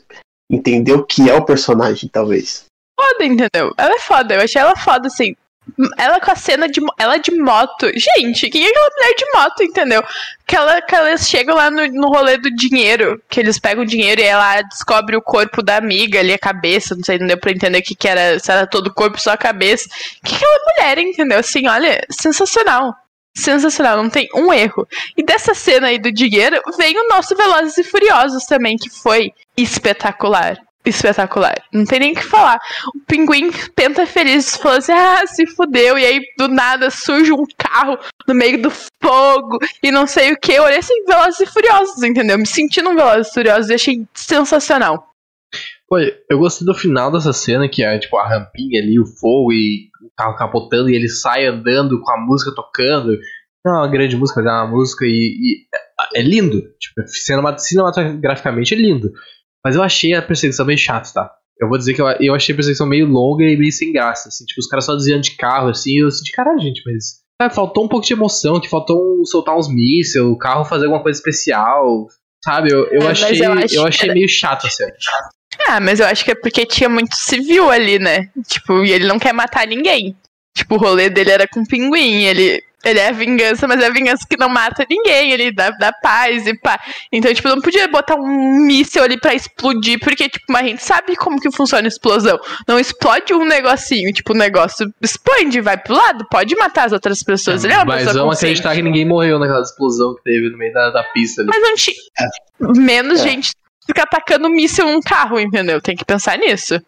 entender o que é o personagem, talvez. Foda, entendeu? Ela é foda, eu achei ela foda, assim. Ela com a cena ela de moto. Gente, quem é aquela mulher de moto, entendeu? Que elas chegam lá no rolê do dinheiro, que eles pegam o dinheiro e ela descobre o corpo da amiga ali, a cabeça, não sei, não deu pra entender o que era, se era todo o corpo, só a cabeça. Que aquela mulher, entendeu? Assim, olha, sensacional. Sensacional, não tem um erro. E dessa cena aí do dinheiro, vem o nosso Velozes e Furiosos também, que foi espetacular. Espetacular. Não tem nem o que falar. O Pinguim penta feliz, falou assim, se fudeu. E aí, do nada, surge um carro no meio do fogo e não sei o que. Eu olhei assim, Velozes e Furiosos, entendeu? Me senti num Velozes e Furiosos e achei sensacional. Pô, eu gostei do final dessa cena, que é tipo a rampinha ali, o fogo e o carro capotando e ele sai andando com a música tocando. Não é uma grande música, mas é uma música e é lindo. Tipo, cinematograficamente é lindo. Mas eu achei a perseguição meio chata, tá? Eu vou dizer que eu achei a perseguição meio longa e meio sem graça, assim. Tipo, os caras só desviando de carro, assim. Eu senti, caralho, gente, mas... Sabe, faltou um pouco de emoção, que faltou soltar uns mísseis, o carro fazer alguma coisa especial, sabe? Eu achei meio chato, assim. Mas eu acho que é porque tinha muito civil ali, né? Tipo, e ele não quer matar ninguém. Tipo, o rolê dele era com o Pinguim, ele é a vingança, mas é a vingança que não mata ninguém, ele dá paz e pá. Então, tipo, não podia botar um míssil ali pra explodir, porque, tipo, a gente sabe como que funciona a explosão. Não explode um negocinho, tipo, o negócio expande, vai pro lado, pode matar as outras pessoas. Ele é uma mas pessoa vamos acreditar que ninguém morreu naquela explosão que teve no meio da pista ali. Mas não tinha... Menos gente fica atacando míssil num carro, entendeu? Tem que pensar nisso.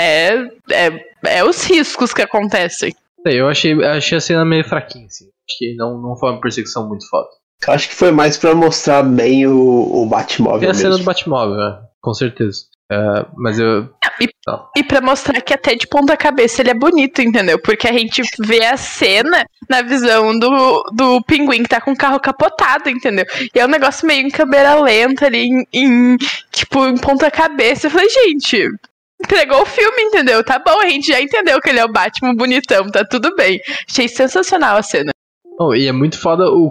É os riscos que acontecem. Eu achei a cena meio fraquinha, assim. Acho que não foi uma perseguição muito foda. Eu acho que foi mais pra mostrar bem o Batmóvel mesmo. Tem a cena do Batmóvel, com certeza. Mas eu... E pra mostrar que até de ponta cabeça ele é bonito, entendeu? Porque a gente vê a cena na visão do Pinguim que tá com o carro capotado, entendeu? E é um negócio meio em câmera lenta ali, tipo, em ponta cabeça. Eu falei, gente... Entregou o filme, entendeu? Tá bom, a gente já entendeu que ele é o Batman bonitão, tá tudo bem. Achei sensacional a cena. E é muito foda o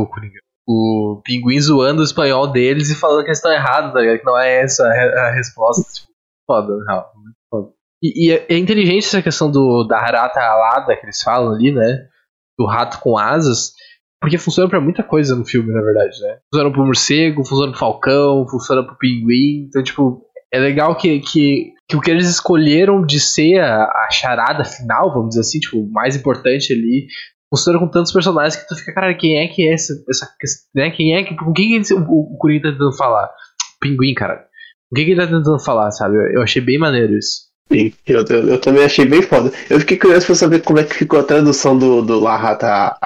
Pinguim zoando o espanhol deles e falando que eles estão errados, tá ligado? Que não é essa a resposta. Tipo, foda, real. Muito foda. E é inteligente essa questão da rata alada que eles falam ali, né? Do rato com asas. Porque funciona pra muita coisa no filme, na verdade, né? Funciona pro morcego, funciona pro falcão, funciona pro pinguim. Então, tipo, é legal que o que eles escolheram de ser a charada final, vamos dizer assim, tipo, o mais importante ali, funciona com tantos personagens que tu fica, cara, quem é que é essa né? Com quem o Coringa tá tentando falar? Pinguim, cara. Com quem que ele tá tentando falar, sabe? Eu achei bem maneiro isso. Sim, eu também achei bem foda. Eu fiquei curioso pra saber como é que ficou a tradução do La Rata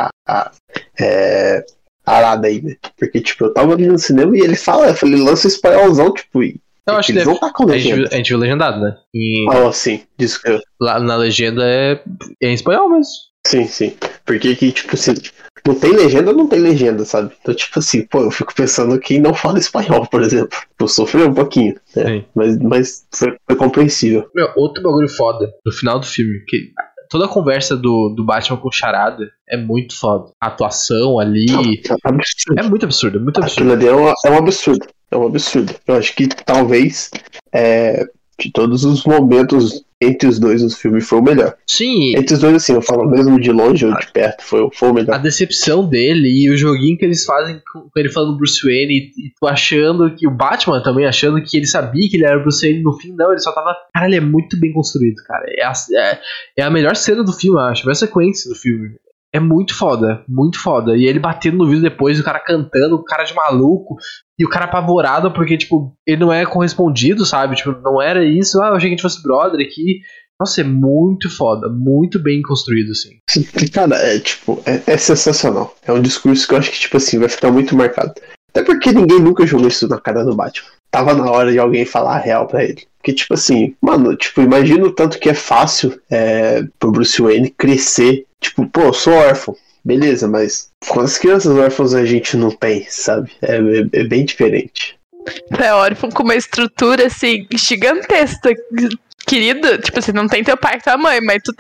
Arada aí, né? Porque, tipo, eu tava ali no cinema e ele lança o espanholzão, tipo, eu acho que eles não tá com legenda. A gente viu legendado, né? Sim, desculpa. Lá na legenda é em espanhol mesmo. Sim. Porque que, tipo assim, não tem legenda, sabe? Então, tipo assim, eu fico pensando quem não fala espanhol, por exemplo. Eu sofri um pouquinho, né? Mas foi compreensível. Outro bagulho foda no final do filme, que toda a conversa do Batman com o Charada é muito foda. A atuação ali é muito absurdo, muito absurdo. Aquilo ali é um absurdo. É um absurdo. Eu acho que talvez de todos os momentos entre os dois no filme foi o melhor. Sim. Entre os dois, assim, eu falo mesmo de longe ou de perto, foi o melhor. A decepção dele e o joguinho que eles fazem com ele falando Bruce Wayne e tu achando que o Batman também achando que ele sabia que ele era Bruce Wayne, no fim não, ele só tava... Cara, ele é muito bem construído, cara. É a melhor cena do filme, eu acho. A melhor sequência do filme. É muito foda, muito foda. E ele batendo no vidro depois, o cara cantando, o cara de maluco, e o cara apavorado porque, tipo, ele não é correspondido, sabe? Tipo, não era isso, eu achei que a gente fosse brother aqui. Nossa, é muito foda, muito bem construído, assim. Cara, é sensacional. É um discurso que eu acho que, tipo assim, vai ficar muito marcado. Até porque ninguém nunca jogou isso na cara do Batman. Tava na hora de alguém falar a real pra ele. Porque, tipo assim, mano, tipo, imagina o tanto que é fácil pro Bruce Wayne crescer. Tipo, eu sou órfão. Beleza, mas quantas crianças órfãos a gente não tem, sabe? É bem diferente. É órfão com uma estrutura, assim, gigantesca. Querido, tipo assim, não tem teu pai e tua mãe, mas tu tem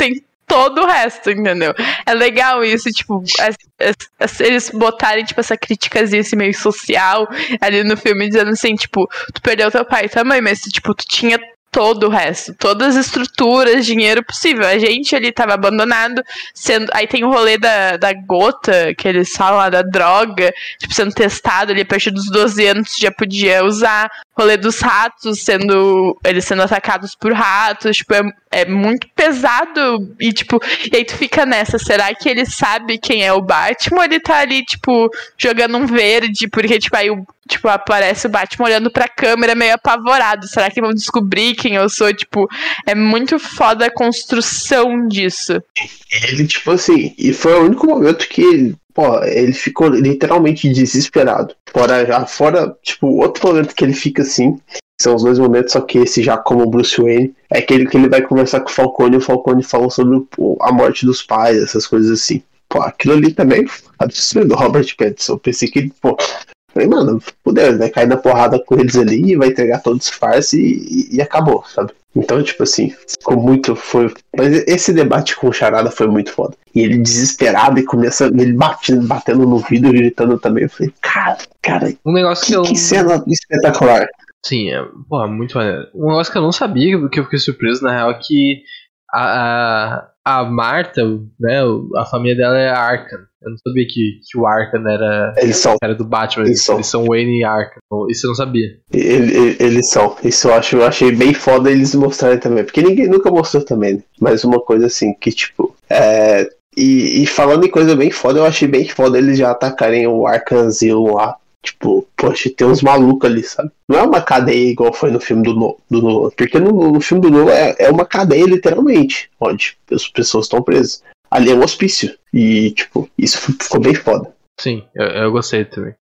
todo o resto, entendeu? É legal isso, tipo, eles botarem, tipo, essa criticazinha assim, meio social ali no filme, dizendo assim, tipo, tu perdeu teu pai e tua mãe, mas, tipo, tu tinha todo o resto, todas as estruturas, dinheiro possível. A gente ali tava abandonado, aí tem o rolê da gota, que eles falam lá, da droga, tipo, sendo testado ali a partir dos 12 anos, já podia usar. Rolê dos ratos, eles sendo atacados por ratos, tipo, é muito pesado, e tipo, e aí tu fica nessa, será que ele sabe quem é o Batman, ou ele tá ali, tipo, jogando um verde, porque, tipo, aí aparece o Batman olhando pra câmera meio apavorado, será que vão descobrir quem eu sou, tipo, é muito foda a construção disso. Ele, tipo assim, e foi o único momento que ele ficou literalmente desesperado. Fora, tipo, outro momento que ele fica assim, são os dois momentos, só que esse já como Bruce Wayne, é aquele que ele vai conversar com o Falcone, e o Falcone fala sobre a morte dos pais, essas coisas assim. Aquilo ali também, absurdo, Robert Pattinson. Eu pensei que, falei, mano, Deus, vai cair na porrada com eles ali, vai entregar todos os farce e acabou, sabe? Então, tipo assim, ficou muito. Mas esse debate com o Charada foi muito foda. E ele desesperado e começa ele batendo no vidro, gritando também. Eu falei, cara, um negócio que cena espetacular. Sim, muito maneiro. Um negócio que eu não sabia, que eu fiquei surpreso, na real, é que a Marta, né, a família dela é Arkham. Eu não sabia que o Arkham era do Batman. Eles são Wayne e Arkham. Isso eu não sabia. Eles são. Isso eu achei bem foda eles mostrarem também. Porque ninguém nunca mostrou também, né? Mas uma coisa assim, que tipo... E falando em coisa bem foda, eu achei bem foda eles já atacarem o Arkham Asylum lá. Tipo, poxa, tem uns malucos ali, sabe? Não é uma cadeia igual foi no filme do Nolan. Porque no filme do Nolan é uma cadeia, literalmente. Onde as pessoas estão presas. Ali é um hospício. E, tipo, isso ficou bem foda. Sim, eu gostei também.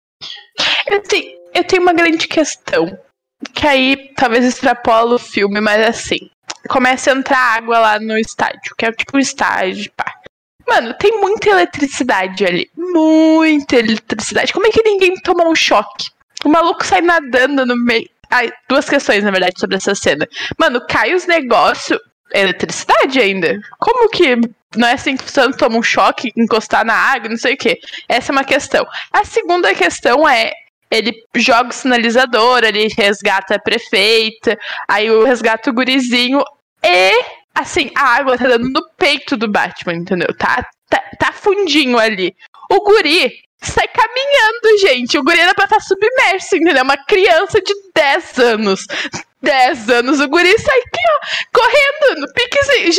Eu tenho uma grande questão. Que aí talvez extrapola o filme, mas assim. Começa a entrar água lá no estádio. Que é tipo um estádio, pá. Mano, tem muita eletricidade ali. Muita eletricidade. Como é que ninguém tomou um choque? O maluco sai nadando no meio. Duas questões, na verdade, sobre essa cena. Mano, cai os negócios. Eletricidade ainda? Como que não é assim que você toma um choque, encostar na água, não sei o que? Essa é uma questão. A segunda questão é, ele joga o sinalizador, ele resgata a prefeita, aí o resgata o gurizinho e, assim, a água tá dando no peito do Batman, entendeu? Tá fundinho ali. O guri sai caminhando, gente. O guri era pra estar submerso, entendeu? Uma criança de 10 anos. 10 anos, o guri sai aqui, ó, correndo no piquezinho.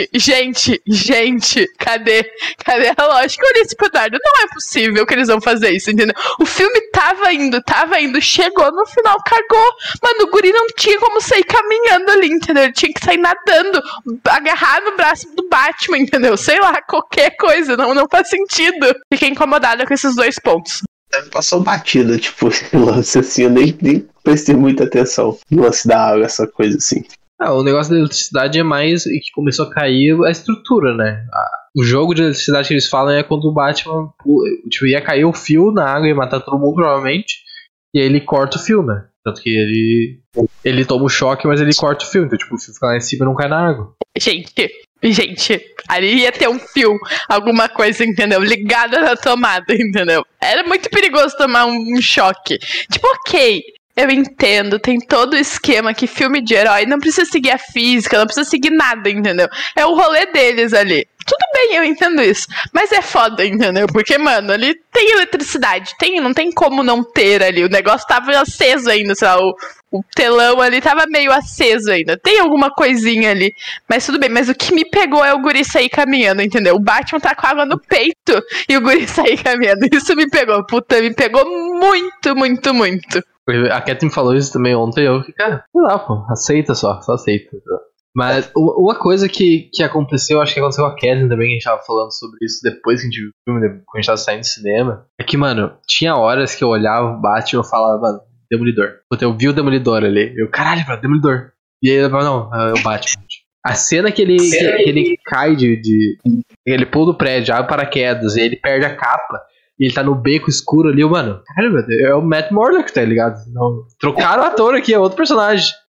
Gente, cadê a lógica? Eu olhei assim pro Eduardo, não é possível que eles vão fazer isso, entendeu? O filme tava indo, chegou no final, cagou. Mano, o guri não tinha como sair caminhando ali, entendeu? Ele tinha que sair nadando, agarrar no braço do Batman, entendeu? Sei lá, qualquer coisa, não faz sentido. Fiquei incomodada com esses dois pontos. Passou batido, tipo, lance assim, eu nem prestei muita atenção no lance da água, essa coisa assim. O negócio da eletricidade é mais que começou a cair a estrutura, né? O jogo de eletricidade que eles falam é quando o Batman, tipo, ia cair o fio na água e matar todo mundo, provavelmente, e aí ele corta o fio, né? Tanto que ele toma um choque, mas ele corta o fio, então, tipo, o fio fica lá em cima e não cai na água. Gente, ali ia ter um fio, alguma coisa, entendeu? Ligada na tomada, entendeu? Era muito perigoso tomar um choque. Tipo, ok, eu entendo, tem todo o esquema que filme de herói não precisa seguir a física, não precisa seguir nada, entendeu? É o rolê deles ali. Tudo bem, eu entendo isso. Mas é foda, entendeu? Porque, mano, ali tem eletricidade, não tem como não ter ali. O negócio tava aceso ainda, sei lá, o telão ali tava meio aceso ainda. Tem alguma coisinha ali. Mas tudo bem, mas o que me pegou é o guri sair caminhando, entendeu? O Batman tá com água no peito e o guri sair caminhando. Isso me pegou, me pegou muito, muito, muito. A Catherine falou isso também ontem, eu fiquei, cara, sei lá, pô, aceita só aceita. Mas uma coisa que aconteceu, acho que aconteceu com a Catherine também, que a gente tava falando sobre isso depois que a gente viu o filme, quando a gente tava saindo do cinema, é que, mano, tinha horas que eu olhava o Batman e eu falava, mano, Demolidor. Eu vi o Demolidor ali, eu, caralho, mano, Demolidor. E aí ele falava, não, é o Batman. A cena que ele cai ele pula do prédio, abre paraquedas, e ele perde a capa, e ele tá no beco escuro ali, mano, caralho, é o Matt Murdock, tá ligado? Não, trocaram o ator aqui, é outro personagem.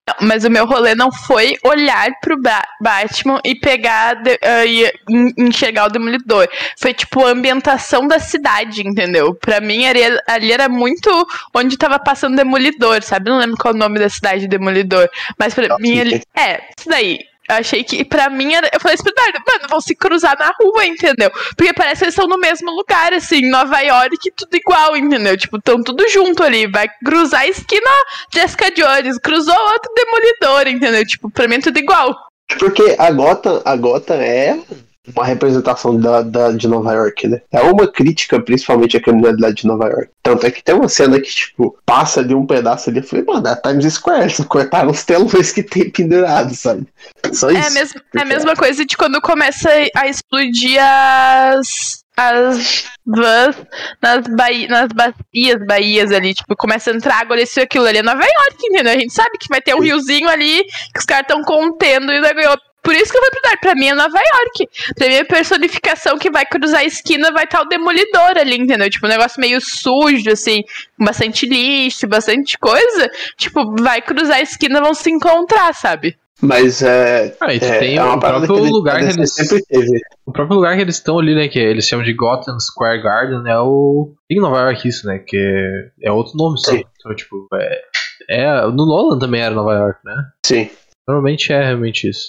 Mas o meu rolê não foi olhar pro Batman e pegar e enxergar o Demolidor. Foi tipo a ambientação da cidade, entendeu? Pra mim ali era muito onde tava passando Demolidor, sabe? Não lembro qual é o nome da cidade Demolidor. Mas pra mim ali. Isso daí. Eu achei que, pra mim, eu falei assim, mano, vão se cruzar na rua, entendeu? Porque parece que eles estão no mesmo lugar, assim, Nova York, tudo igual, entendeu? Tipo, estão tudo junto ali, vai cruzar a esquina Jessica Jones, cruzou outro Demolidor, entendeu? Tipo, pra mim é tudo igual. Porque a Gotham é uma representação de Nova York, né? É uma crítica, principalmente, à criminalidade de Nova York. Tanto é que tem uma cena que, tipo, passa ali um pedaço ali. Eu falei, mano, é Times Square. Só cortaram os telões que tem pendurados, sabe? Só isso. É a mesma coisa de quando começa a explodir as vans nas baías ali, tipo, começa a entrar água, isso e aquilo ali é Nova York, entendeu? A gente sabe que vai ter um riozinho ali que os caras estão contendo e ganhou. Por isso que eu vou pra mim é Nova York. Pra mim a personificação que vai cruzar a esquina vai estar o Demolidor ali, entendeu? Tipo, um negócio meio sujo, assim, com bastante lixo, bastante coisa. Tipo, vai cruzar a esquina, vão se encontrar, sabe? Mas tem o próprio lugar que eles sempre teve. O próprio lugar que eles estão ali, né? Que eles chamam de Gotham Square Garden, é o. Em Nova York isso, né? Que é outro nome só. Então, tipo, no Nolan também era Nova York, né? Sim. Normalmente é realmente isso.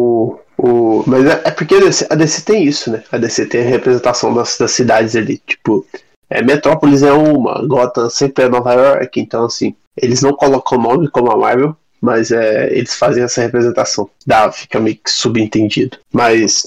Mas é porque a DC tem isso, né? A DC tem a representação das cidades ali. Tipo, Metrópolis é uma, Gotham sempre é Nova York, então assim, eles não colocam o nome como a Marvel, mas eles fazem essa representação. Fica meio que subentendido. Mas,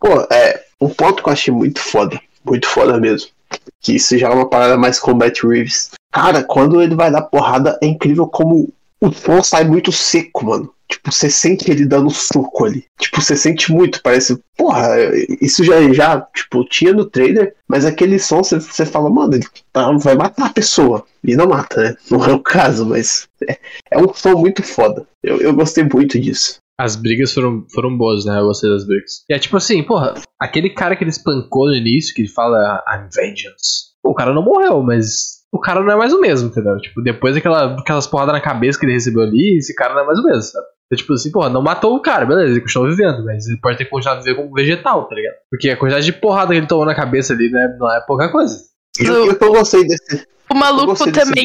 um ponto que eu achei muito foda mesmo, que isso já é uma parada mais com o Matt Reeves. Cara, quando ele vai dar porrada, é incrível como o som sai muito seco, mano. Tipo, você sente ele dando soco ali. Tipo, você sente muito, parece... Porra, isso já tipo, tinha no trailer, mas aquele som, você fala, mano, ele vai matar a pessoa. E não mata, né? Não é o caso, mas... É um som muito foda. Eu gostei muito disso. As brigas foram boas, né? Eu gostei das brigas. E é tipo assim, porra, aquele cara que ele espancou no início, que ele fala I'm vengeance. O cara não morreu, mas... O cara não é mais o mesmo, entendeu? Tipo, depois daquelas porradas na cabeça que ele recebeu ali, esse cara não é mais o mesmo, sabe? Então, tipo assim, porra, não matou o cara, beleza, ele continuou vivendo, mas ele pode ter continuado a viver como vegetal, tá ligado? Porque a quantidade de porrada que ele tomou na cabeça ali, né, não é pouca coisa. Eu gostei desse... O maluco também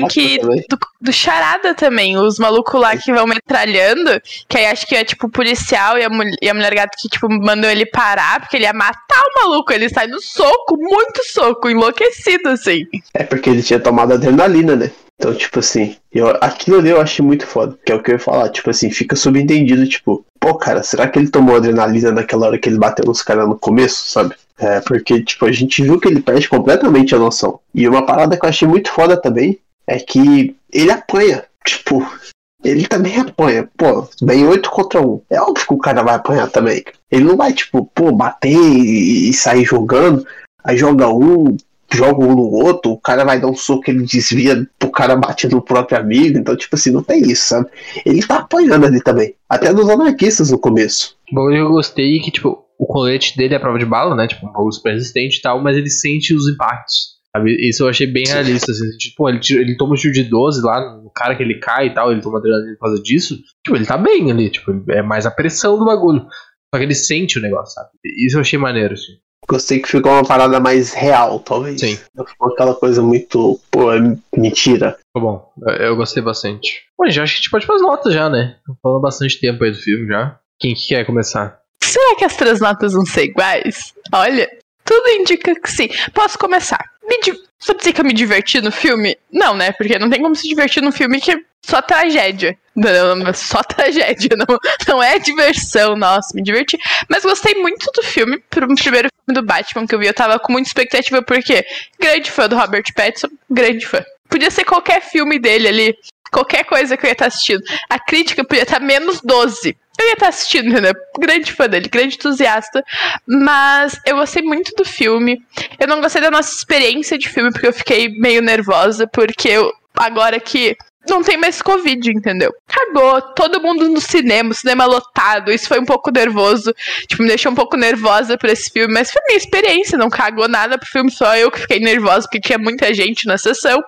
do Charada também, os malucos lá que vão metralhando, que aí acho que é tipo o policial e a mulher gata que tipo mandou ele parar, porque ele ia matar o maluco, ele sai no soco, muito soco, enlouquecido assim. É porque ele tinha tomado adrenalina, né? Então, tipo assim, aquilo ali eu achei muito foda, que é o que eu ia falar, tipo assim, fica subentendido, tipo, pô, cara, será que ele tomou adrenalina naquela hora que ele bateu nos caras no começo, sabe? Porque, tipo, a gente viu que ele perde completamente a noção. E uma parada que eu achei muito foda também é que ele apanha, tipo, ele também apanha, pô, vem 8 contra 1. É óbvio que o cara vai apanhar também. Ele não vai, tipo, pô, bater e sair jogando, aí joga um no outro, o cara vai dar um soco, ele desvia, o cara bate no próprio amigo, então, tipo assim, não tem isso, sabe? Ele tá apanhando ali também, até dos anarquistas no começo. Bom, eu gostei que, tipo, o colete dele é a prova de bala, né, tipo, um pouco super resistente e tal, mas ele sente os impactos, sabe? Isso eu achei bem realista, assim, tipo, ele toma um tiro de 12 lá, no cara que ele cai e tal, ele toma adrenalina por causa disso, tipo, ele tá bem ali, tipo, é mais a pressão do bagulho, só que ele sente o negócio, sabe? Isso eu achei maneiro, assim. Gostei que ficou uma parada mais real, talvez. Sim. Ficou aquela coisa muito, pô, mentira. Ficou bom, eu gostei bastante. Bom, já acho que a gente pode ir pras notas já, né? Estamos falando bastante tempo aí do filme já. Quem que quer começar? Será que as 3 notas vão ser iguais? Olha, tudo indica que sim. Posso começar? Só dizer que eu me diverti no filme? Não, né? Porque não tem como se divertir num filme que é só tragédia. Não, só tragédia, não é diversão. Nossa, me diverti. Mas gostei muito do filme. Pro primeiro filme do Batman que eu vi, eu tava com muita expectativa, porque grande fã do Robert Pattinson, grande fã. Podia ser qualquer filme dele ali, qualquer coisa que eu ia estar assistindo. A crítica podia estar menos 12. Eu ia estar assistindo, né? Grande fã dele, grande entusiasta. Mas eu gostei muito do filme. Eu não gostei da nossa experiência de filme, porque eu fiquei meio nervosa, porque agora que não tem mais Covid, entendeu? Cagou, todo mundo no cinema, o cinema lotado, isso foi um pouco nervoso, tipo, me deixou um pouco nervosa pra esse filme, mas foi minha experiência, não cagou nada pro filme, só eu que fiquei nervosa, porque tinha muita gente na sessão,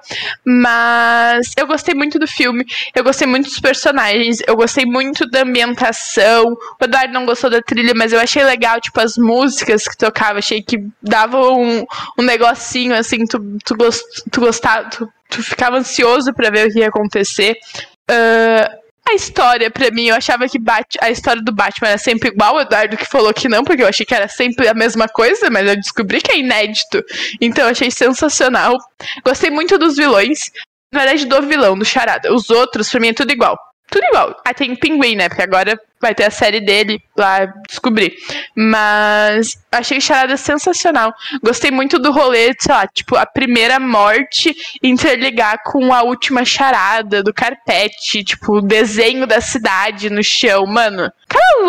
mas eu gostei muito do filme, eu gostei muito dos personagens, eu gostei muito da ambientação, o Eduardo não gostou da trilha, mas eu achei legal, tipo, as músicas que tocava, achei que dava um negocinho, assim, tu gostava, tu ficava ansioso pra ver o que ia acontecer. A história, pra mim, eu achava que a história do Batman era sempre igual. O Eduardo que falou que não, porque eu achei que era sempre a mesma coisa, mas eu descobri que é inédito. Então eu achei sensacional. Gostei muito dos vilões. Na verdade, do vilão, do Charada. Os outros, pra mim, é tudo igual. Tudo igual. Ah, tem o Pinguim, né? Porque agora vai ter a série dele lá, descobrir. Mas achei o Charada sensacional. Gostei muito do rolê, sei lá, tipo, a primeira morte interligar com a última charada do carpete, tipo, o desenho da cidade no chão, mano. Cara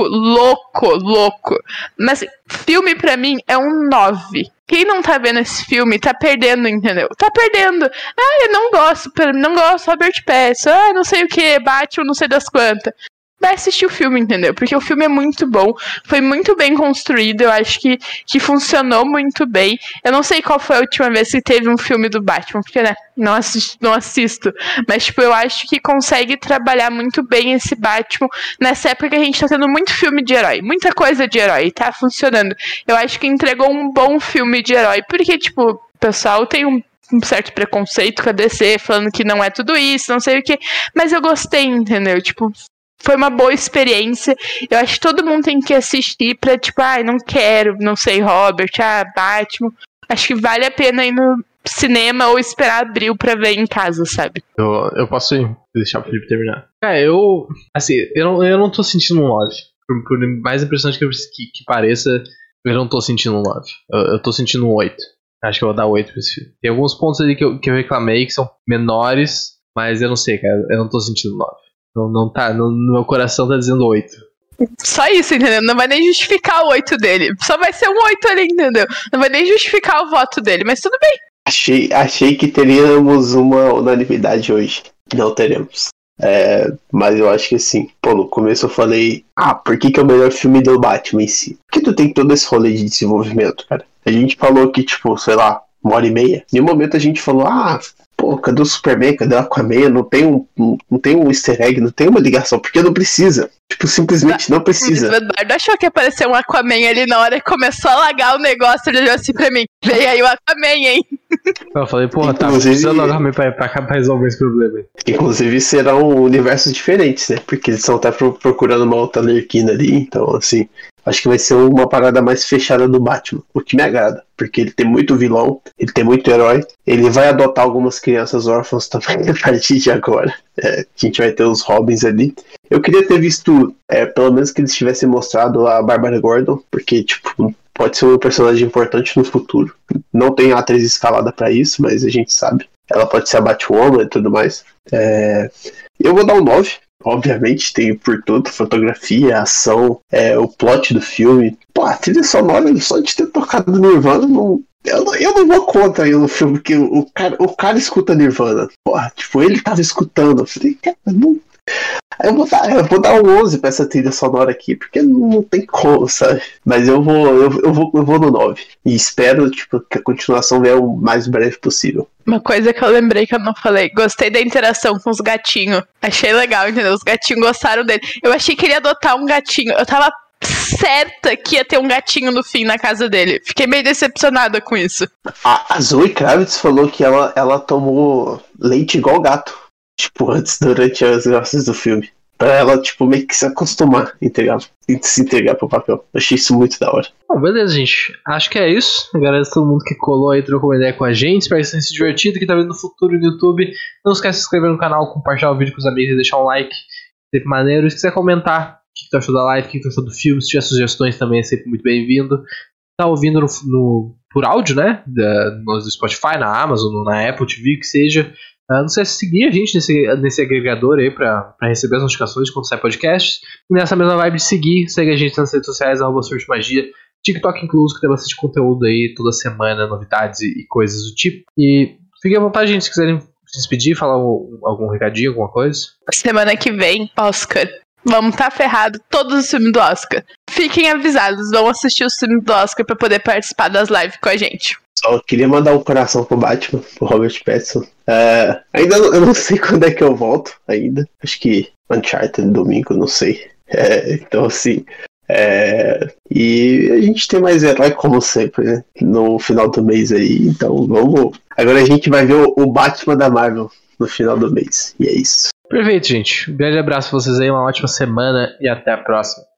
louco. Mas filme pra mim é um 9. Quem não tá vendo esse filme tá perdendo, entendeu? Tá perdendo. Ah, eu não gosto Robert Pattinson, não sei o que, Batman, não sei das quantas. Vai assistir o filme, entendeu? Porque o filme é muito bom, foi muito bem construído, eu acho que funcionou muito bem. Eu não sei qual foi a última vez que teve um filme do Batman, porque, né, não assisto. Mas, tipo, eu acho que consegue trabalhar muito bem esse Batman nessa época que a gente tá tendo muito filme de herói, muita coisa de herói, tá funcionando. Eu acho que entregou um bom filme de herói, porque, tipo, o pessoal tem um certo preconceito com a DC, falando que não é tudo isso, não sei o que, mas eu gostei, entendeu? Tipo, foi uma boa experiência. Eu acho que todo mundo tem que assistir pra, tipo, não quero, não sei, Robert, Batman. Acho que vale a pena ir no cinema ou esperar abril pra ver em casa, sabe? Eu posso deixar o Felipe terminar. Cara, eu não tô sentindo um 9. Por mais impressionante que pareça, eu não tô sentindo um 9. Eu tô sentindo um 8. Acho que eu vou dar 8 pra esse filme. Tem alguns pontos ali que eu reclamei que são menores, mas eu não sei, cara. Eu não tô sentindo 9. Não tá, no meu coração tá dizendo 8. Só isso, entendeu? Não vai nem justificar o 8 dele. Só vai ser um 8 ali, entendeu? Não vai nem justificar o voto dele, mas tudo bem. Achei que teríamos uma unanimidade hoje. Não teremos. Mas eu acho que assim, no começo eu falei, por que é o melhor filme do Batman em si? Porque tu tem todo esse rolê de desenvolvimento, cara. A gente falou que, tipo, sei lá, 1h30. Em um momento a gente falou, cadê o Superman, cadê o Aquaman? Não tem um easter egg, não tem uma ligação, porque não precisa. Tipo, simplesmente não precisa. O Eduardo achou que apareceu um Aquaman ali na hora que começou a alagar o negócio, ele olhou assim pra mim, veio aí o Aquaman, hein? Eu falei, tá precisando do Aquaman pra resolver esse problema. Inclusive serão universos diferentes, né? Porque eles estão até procurando uma outra Arlequina ali, então assim... Acho que vai ser uma parada mais fechada do Batman, o que me agrada, porque ele tem muito vilão, ele tem muito herói, ele vai adotar algumas crianças órfãs também a partir de agora. A gente vai ter os Robins ali. Eu queria ter visto, pelo menos que eles tivessem mostrado a Bárbara Gordon, porque, tipo, pode ser um personagem importante no futuro. Não tem atriz escalada pra isso, mas a gente sabe. Ela pode ser a Batwoman e tudo mais. Eu vou dar um 9. Obviamente, tem por tudo, fotografia, ação, o plot do filme. A trilha sonora, só de ter tocado Nirvana, eu não vou contra aí no filme, porque o cara escuta Nirvana. Ele tava escutando. Eu falei, cara, não... Eu vou dar um 11 pra essa trilha sonora aqui, porque não tem como, sabe? Mas eu vou no 9. E espero, tipo, que a continuação venha o mais breve possível. Uma coisa que eu lembrei que eu não falei, gostei da interação com os gatinhos. Achei legal, entendeu? Os gatinhos gostaram dele. Eu achei que ele ia adotar um gatinho. Eu tava certa que ia ter um gatinho no fim na casa dele. Fiquei meio decepcionada com isso. A Zoe Kravitz falou que ela tomou leite igual gato. Tipo, durante as gravações do filme. Pra ela, tipo, meio que se acostumar se entregar pro papel. Achei isso muito da hora. Bom, beleza, gente. Acho que é isso. Agradeço a todo mundo que colou aí, trocou uma ideia com a gente. Espero que tenha se divertido, que tá vendo no futuro no YouTube. Não esquece de se inscrever no canal, compartilhar o vídeo com os amigos e deixar um like. Sempre maneiro. E se quiser comentar o que tu achou da live, o que tu achou do filme, se tiver sugestões também é sempre muito bem-vindo. Tá ouvindo por áudio, né? No Spotify, na Amazon, na Apple TV, que seja. Não sei se seguir a gente nesse agregador aí pra receber as notificações de quando sai podcast. E nessa mesma vibe de seguir, segue a gente nas redes sociais, @SorteMagia, TikTok incluso, que tem bastante conteúdo aí toda semana, novidades e coisas do tipo. E fiquem à vontade, gente, se quiserem se despedir, falar algum recadinho, alguma coisa? Semana que vem, Oscar. Vamos tá ferrado todos os filmes do Oscar. Fiquem avisados, vão assistir os filmes do Oscar pra poder participar das lives com a gente. Só queria mandar um coração pro Batman, pro Robert Pattinson. Ainda eu não sei quando é que eu volto ainda. Acho que Uncharted domingo, não sei. Então assim. E a gente tem mais herói como sempre, né? No final do mês aí. Então vamos. Agora a gente vai ver o Batman da Marvel no final do mês. E é isso. Perfeito, gente. Um grande abraço pra vocês aí, uma ótima semana e até a próxima.